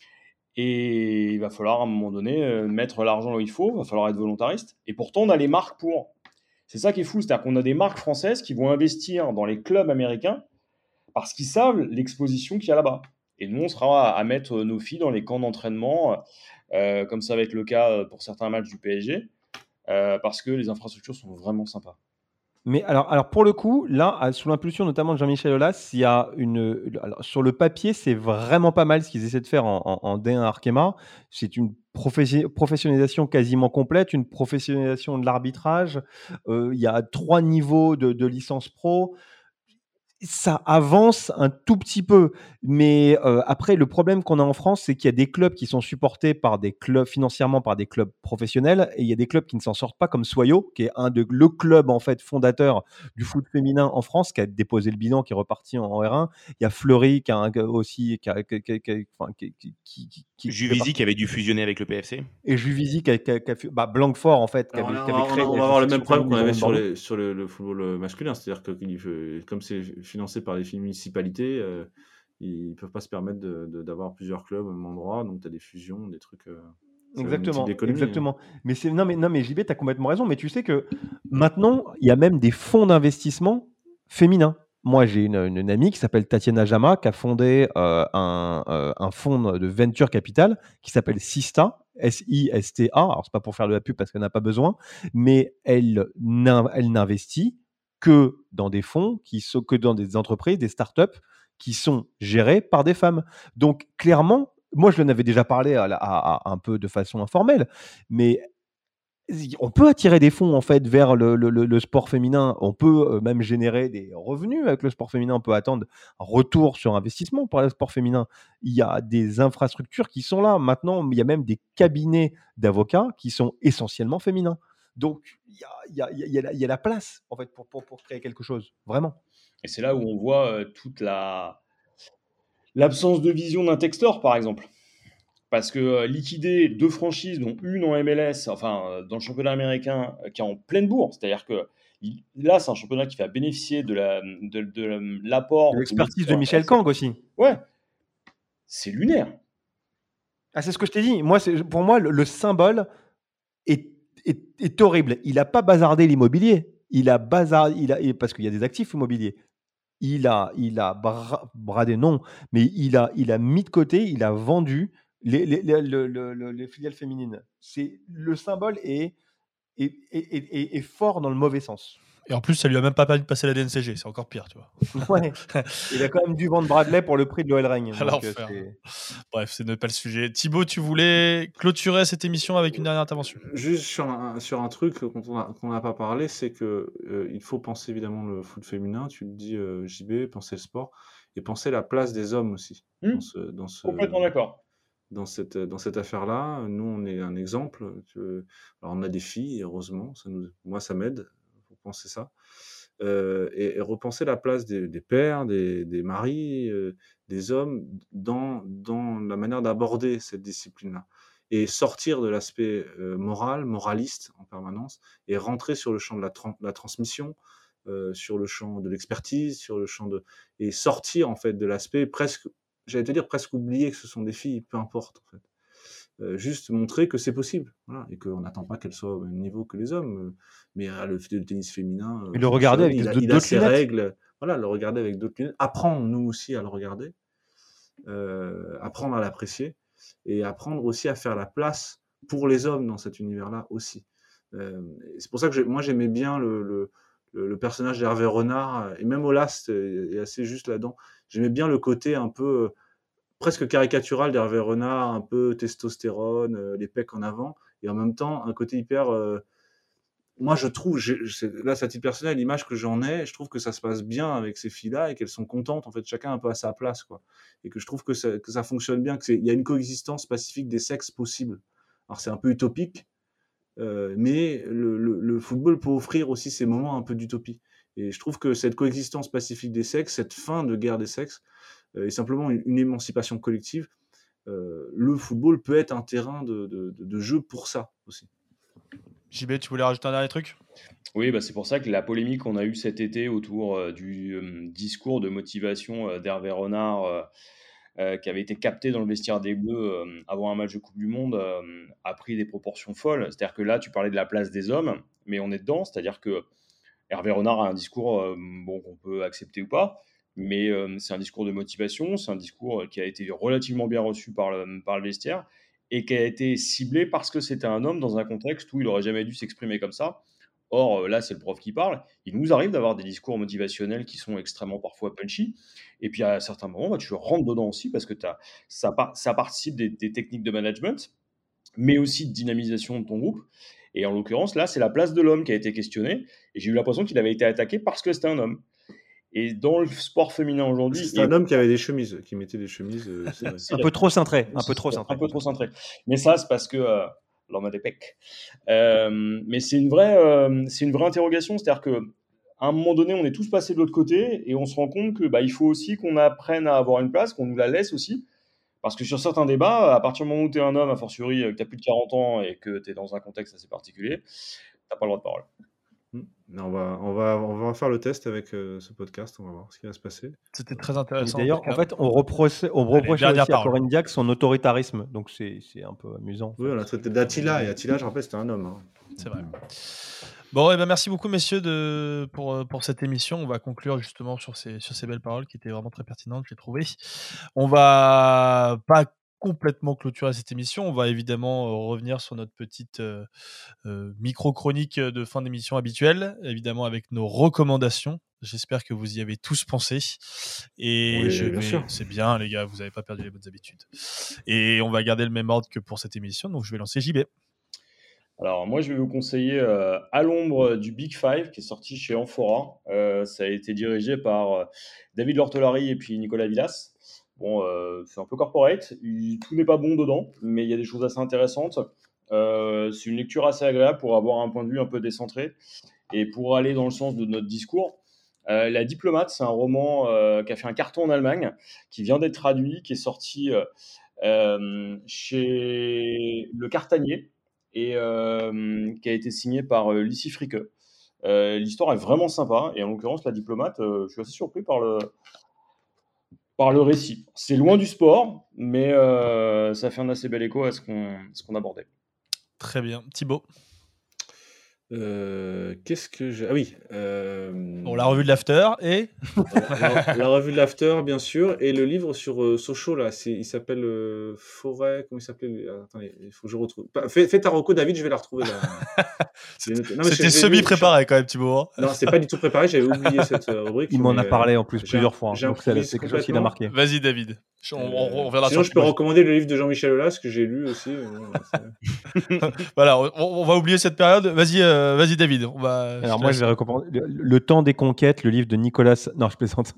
Et il va falloir à un moment donné mettre l'argent là où il faut, il va falloir être volontariste. Et pourtant, on a les marques pour. C'est ça qui est fou, c'est-à-dire qu'on a des marques françaises qui vont investir dans les clubs américains parce qu'ils savent l'exposition qu'il y a là-bas. Et nous, on sera à mettre nos filles dans les camps d'entraînement, comme ça va être le cas pour certains matchs du PSG, parce que les infrastructures sont vraiment sympas. Mais alors pour le coup, là, sous l'impulsion notamment de Jean-Michel Aulas, il y a alors sur le papier, c'est vraiment pas mal ce qu'ils essaient de faire en D1 Arkema. C'est une professionnalisation quasiment complète, une professionnalisation de l'arbitrage. Il y a 3 niveaux de licence pro. Ça avance un tout petit peu, mais après le problème qu'on a en France, c'est qu'il y a des clubs qui sont supportés par des clubs financièrement par des clubs professionnels et il y a des clubs qui ne s'en sortent pas comme Soyo, qui est le club en fait fondateur du foot féminin en France, qui a déposé le bilan, qui est reparti en R1. Il y a Fleury qui a aussi qui fait Juvisy partie qui avait dû fusionner avec le PFC. et Juvisy qui a fait Blanquefort en fait, qui avait créé on va avoir le même problème qu'on avait sur le football masculin, c'est-à-dire que comme c'est financé par les municipalités, ils peuvent pas se permettre d'avoir plusieurs clubs au même endroit, donc tu as des fusions, des trucs. Exactement. Mais mais JB, tu as complètement raison. Mais tu sais que maintenant, il y a même des fonds d'investissement féminins. Moi, j'ai une amie qui s'appelle Tatiana Jama, qui a fondé un fonds de venture capital qui s'appelle Sista, S-I-S-T-A. Alors, c'est pas pour faire de la pub parce qu'elle n'a pas besoin, mais elle n'investit que dans des fonds que dans des entreprises, des startups qui sont gérées par des femmes. Donc, clairement, moi, je l'en avais déjà parlé un peu de façon informelle, mais on peut attirer des fonds en fait vers le sport féminin. On peut même générer des revenus avec le sport féminin. On peut attendre un retour sur investissement pour le sport féminin. Il y a des infrastructures qui sont là. Maintenant, il y a même des cabinets d'avocats qui sont essentiellement féminins. Donc, il y a la place en fait pour créer quelque chose, vraiment. Et c'est là où on voit toute l'absence de vision d'un Textor, par exemple. Parce que liquider 2 franchises, dont une en MLS, enfin dans le championnat américain, qui est en pleine bourre, c'est-à-dire que là, c'est un championnat qui va bénéficier de l'apport. De l'expertise de Michel Kang aussi. Ouais, c'est lunaire. Ah, c'est ce que je t'ai dit. Pour moi, le symbole est horrible. Il n'a pas bazardé l'immobilier. Parce qu'il y a des actifs immobiliers. Il a bradé, non, mais il a mis de côté, il a vendu les filiales féminines. Le symbole est fort dans le mauvais sens. Et en plus, ça lui a même pas permis de passer la DNCG, c'est encore pire, tu vois. Ouais. Il a quand même dû vendre Bradley pour le prix de l'OL Reign. Bref, ce n'est pas le sujet. Thibaut, tu voulais clôturer cette émission avec une dernière intervention. Juste sur un truc qu'on n'a pas parlé, c'est que il faut penser évidemment le foot féminin, tu le dis JB, penser le sport, et penser la place des hommes aussi. Complètement d'accord. Dans cette affaire-là, nous, on est un exemple. Alors, on a des filles, heureusement, moi, ça m'aide pour penser ça. Et repenser la place des pères, des maris, des hommes dans la manière d'aborder cette discipline-là. Et sortir de l'aspect moraliste en permanence, et rentrer sur le champ de la transmission, sur le champ de l'expertise, sur le champ et sortir en fait de l'aspect j'allais te dire presque oublier que ce sont des filles, peu importe en fait. Juste montrer que c'est possible, voilà, et qu'on n'attend pas qu'elles soient au même niveau que les hommes, mais le tennis féminin, et le regarder avec il a ses règles, voilà, le regarder avec d'autres lunettes, apprendre nous aussi à le regarder, apprendre à l'apprécier, et apprendre aussi à faire la place pour les hommes dans cet univers-là aussi. C'est pour ça que moi j'aimais bien le personnage d'Hervé Renard, et même Aulas est assez juste là-dedans. J'aimais bien le côté un peu presque caricatural d'Hervé Renard, un peu testostérone, les pecs en avant, et en même temps un côté hyper. Moi, je trouve, là, c'est à titre personnel, l'image que j'en ai, je trouve que ça se passe bien avec ces filles-là et qu'elles sont contentes, en fait, chacun un peu à sa place, quoi. Et que je trouve que ça fonctionne bien, il y a une coexistence pacifique des sexes possible. Alors, c'est un peu utopique, mais le football peut offrir aussi ces moments un peu d'utopie. Et je trouve que cette coexistence pacifique des sexes, cette fin de guerre des sexes, est simplement une émancipation collective. Le football peut être un terrain de jeu pour ça aussi. JB, tu voulais rajouter un dernier truc ? Oui, c'est pour ça que la polémique qu'on a eue cet été autour du discours de motivation d'Hervé Renard, qui avait été capté dans le vestiaire des Bleus avant un match de Coupe du Monde, a pris des proportions folles. C'est-à-dire que là, tu parlais de la place des hommes, mais on est dedans. C'est-à-dire que Hervé Renard a un discours qu'on peut accepter ou pas, mais c'est un discours de motivation, c'est un discours qui a été relativement bien reçu par le vestiaire et qui a été ciblé parce que c'était un homme dans un contexte où il n'aurait jamais dû s'exprimer comme ça, Or, là, c'est le prof qui parle. Il nous arrive d'avoir des discours motivationnels qui sont extrêmement parfois punchy. Et puis, à certains moments, tu rentres dedans aussi parce que ça participe des techniques de management, mais aussi de dynamisation de ton groupe. Et en l'occurrence, là, c'est la place de l'homme qui a été questionnée. Et j'ai eu l'impression qu'il avait été attaqué parce que c'était un homme. Et dans le sport féminin aujourd'hui... C'est un homme qui avait des chemises, qui mettait des chemises... un peu trop cintré. Un peu trop cintré. Mais ça, c'est parce que... l'homme a des pecs. Mais c'est une vraie interrogation. C'est-à-dire qu'à un moment donné, on est tous passés de l'autre côté et on se rend compte que il faut aussi qu'on apprenne à avoir une place, qu'on nous la laisse aussi. Parce que sur certains débats, à partir du moment où tu es un homme, a fortiori, que tu as plus de 40 ans et que tu es dans un contexte assez particulier, tu n'as pas le droit de parole. On va faire le test avec ce podcast, on va voir ce qui va se passer. C'était très intéressant. D'ailleurs, en fait, on reproche aussi à Corinne Diacre son autoritarisme, donc c'est un peu amusant. Oui, on a traité d'Attila, et Attila, je rappelle, c'était un homme. C'est vrai. Bon, merci beaucoup, messieurs, pour cette émission. On va conclure justement sur ces belles paroles qui étaient vraiment très pertinentes, je l'ai trouvé. On va pas complètement clôturer cette émission. On va évidemment revenir sur notre petite micro-chronique de fin d'émission habituelle, évidemment avec nos recommandations. J'espère que vous y avez tous pensé. Et oui, c'est bien, les gars, vous n'avez pas perdu les bonnes habitudes. Et on va garder le même ordre que pour cette émission, donc je vais lancer JB. Alors, moi, je vais vous conseiller À l'ombre du Big Five, qui est sorti chez Amphora. Ça a été dirigé par David Lortolari et puis Nicolas Villas. Bon, c'est un peu corporate. Tout n'est pas bon dedans, mais il y a des choses assez intéressantes. C'est une lecture assez agréable pour avoir un point de vue un peu décentré et pour aller dans le sens de notre discours. La Diplomate, c'est un roman qui a fait un carton en Allemagne, qui vient d'être traduit, qui est sorti chez Le Cartanier, et qui a été signé par Lucie Fricke. L'histoire est vraiment sympa, et en l'occurrence, La Diplomate, je suis assez surpris par le récit. C'est loin du sport, mais ça fait un assez bel écho à ce qu'on abordait. Très bien. Thibaut? Qu'est-ce que j'ai... Ah oui. Bon, la revue de l'After et... la revue de l'After, bien sûr. Et le livre sur Sochaux, là, il s'appelle Forêt... Comment il s'appelait? Attendez, il faut que je retrouve. Fais ta reco, David, je vais la retrouver là. C'était semi-préparé quand même, Thibaut. Non, c'est pas du tout préparé, j'avais oublié cette rubrique. Il m'en a parlé en plus plusieurs fois. Donc c'est quelque chose qui l'a marqué. Vas-y, David. On verra. Sinon, je peux recommander le livre de Jean-Michel Aulas, que j'ai lu aussi. Voilà, on va oublier cette période. Vas-y, David. Alors moi, je vais recommander Le temps des conquêtes, le livre de Nicolas... Non, je plaisante.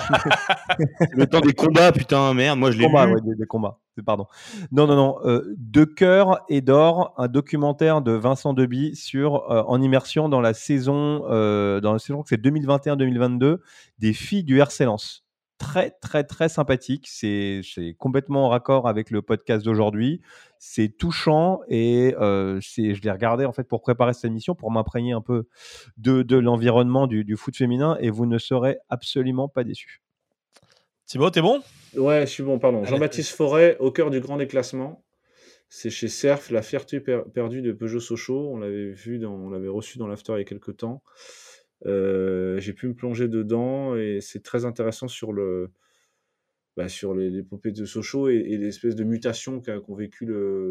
Le temps des combats, putain, merde. Moi, je l'ai lu. Ouais, des combats. Pardon. Non. De cœur et d'or, un documentaire de Vincent Deby en immersion dans la saison que c'est 2021-2022 des filles du RC Lens. Très, très, très sympathique. C'est complètement en raccord avec le podcast d'aujourd'hui. C'est touchant et je l'ai regardé en fait pour préparer cette émission, pour m'imprégner un peu de l'environnement du foot féminin, et vous ne serez absolument pas déçus. Thibaut, t'es bon? Ouais, je suis bon, pardon. Jean-Baptiste Forêt, Au cœur du grand déclassement. C'est chez Cerf, La fierté perdue de Peugeot Sochaux. On l'avait reçu dans l'After il y a quelques temps. J'ai pu me plonger dedans et c'est très intéressant sur l'épopée de Sochaux et l'espèce de mutation qu'ont vécu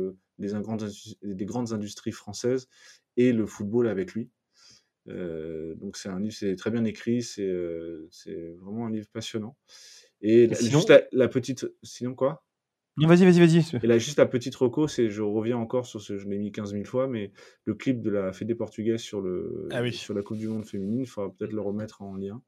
des grandes industries françaises et le football avec lui. Donc c'est un livre, c'est très bien écrit, c'est vraiment un livre passionnant. Et sinon, juste la petite... Sinon quoi? Vas-y. Et là, juste la petite reco, je reviens encore sur je l'ai mis 15 000 fois, mais le clip de la Fédé portugaise sur la Coupe du Monde féminine, il faudra peut-être le remettre en lien,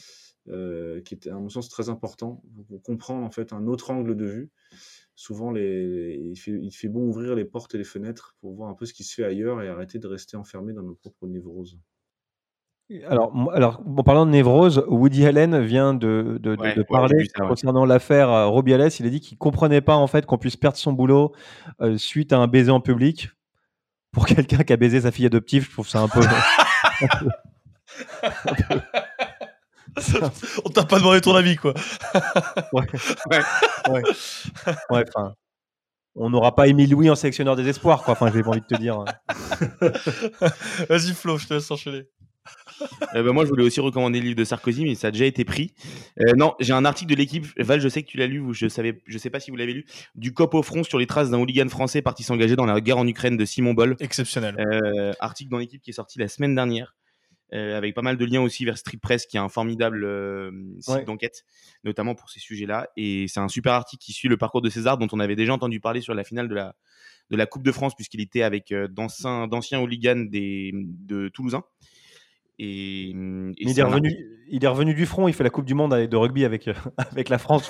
qui était à mon sens très important pour comprendre en fait un autre angle de vue. Souvent, il fait bon ouvrir les portes et les fenêtres pour voir un peu ce qui se fait ailleurs et arrêter de rester enfermé dans nos propres névroses. Alors, parlant de névrose, Woody Allen vient de parler concernant l'affaire Rubiales. Il a dit qu'il ne comprenait pas en fait qu'on puisse perdre son boulot suite à un baiser en public. Pour quelqu'un qui a baisé sa fille adoptive, je trouve ça un peu... On t'a pas demandé ton avis, quoi. Ouais, enfin... On n'aura pas Émile Louis en sélectionneur des espoirs, quoi. Enfin, j'ai pas envie de te dire. Vas-y, Flo, je te laisse enchaîner. Moi, je voulais aussi recommander le livre de Sarkozy, mais ça a déjà été pris. Non, j'ai un article de l'équipe. Val, je sais que tu l'as lu, ou je sais pas si vous l'avez lu. Du COP au front sur les traces d'un hooligan français parti s'engager dans la guerre en Ukraine de Simon Boll. Exceptionnel. Article dans l'équipe qui est sorti la semaine dernière. Avec pas mal de liens aussi vers Street Press, qui est un formidable site d'enquête, notamment pour ces sujets-là. Et c'est un super article qui suit le parcours de César, dont on avait déjà entendu parler sur la finale de la Coupe de France, puisqu'il était avec d'anciens hooligans de Toulousains. Mais il est revenu du front, il fait la Coupe du Monde de rugby avec la France.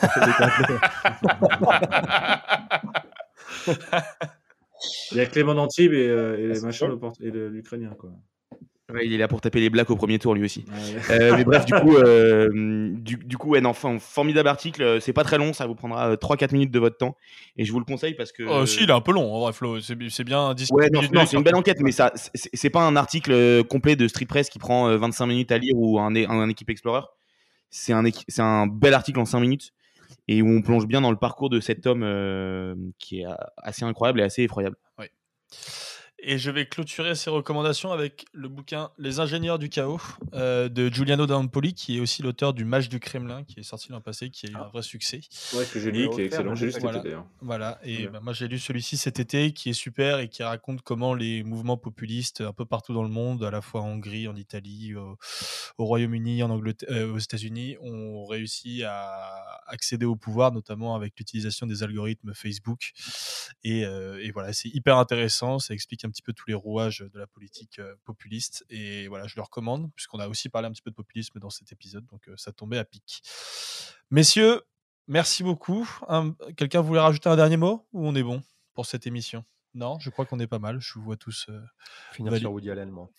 Il y a Clément Antibes et l'Ukrainien, quoi. Ouais, il est là pour taper les blacks au premier tour lui aussi. Mais bref, du coup, ouais, enfin, formidable article. C'est pas très long, ça vous prendra 3-4 minutes de votre temps. Et je vous le conseille parce que. Si, il est un peu long, en vrai, Flo. C'est bien 10 ouais, non, c'est une belle enquête, mais ça, c'est pas un article complet de Street Press qui prend 25 minutes à lire ou un Équipe Explorer. C'est un bel article en 5 minutes et où on plonge bien dans le parcours de cet homme qui est assez incroyable et assez effroyable. Ouais. Et je vais clôturer ces recommandations avec le bouquin Les ingénieurs du chaos de Giuliano D'Ampoli, qui est aussi l'auteur du Match du Kremlin, qui est sorti l'an passé, qui a eu un vrai succès. Ouais, que j'ai lu, qui est excellent. J'ai lu cet été d'ailleurs. Voilà, et moi j'ai lu celui-ci cet été, qui est super et qui raconte comment les mouvements populistes un peu partout dans le monde, à la fois en Hongrie, en Italie, au Royaume-Uni, en Angleterre, aux États-Unis, ont réussi à accéder au pouvoir, notamment avec l'utilisation des algorithmes Facebook. Et voilà, c'est hyper intéressant, ça explique un petit peu tous les rouages de la politique populiste, et voilà, je le recommande puisqu'on a aussi parlé un petit peu de populisme dans cet épisode, donc ça tombait à pic. Messieurs, merci beaucoup. Quelqu'un voulait rajouter un dernier mot ou on est bon pour cette émission? Non, je crois qu'on est pas mal. Je vous vois tous finir sur Woody Allen, moi.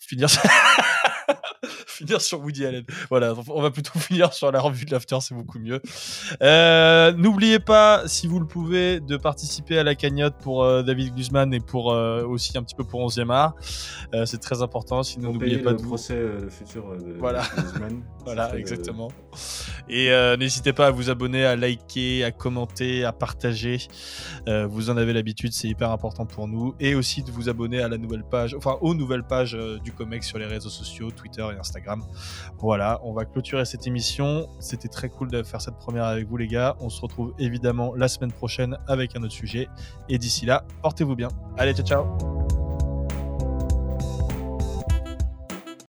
Finir sur Woody Allen. Voilà, on va plutôt finir sur la revue de l'After, c'est beaucoup mieux. N'oubliez pas, si vous le pouvez, de participer à la cagnotte pour David Guzman et pour aussi un petit peu pour 11e art. C'est très important. Sinon, n'oubliez pas le procès futur de Guzman. Voilà, exactement. Et n'hésitez pas à vous abonner, à liker, à commenter, à partager. Vous en avez l'habitude, c'est hyper important pour nous. Et aussi de vous abonner à la nouvelle page, enfin aux nouvelles pages du Comex sur les réseaux sociaux, Twitter et Instagram. Voilà, on va clôturer cette émission. C'était très cool de faire cette première avec vous, les gars. On se retrouve évidemment la semaine prochaine avec un autre sujet. Et d'ici là, portez-vous bien. Allez, ciao, ciao.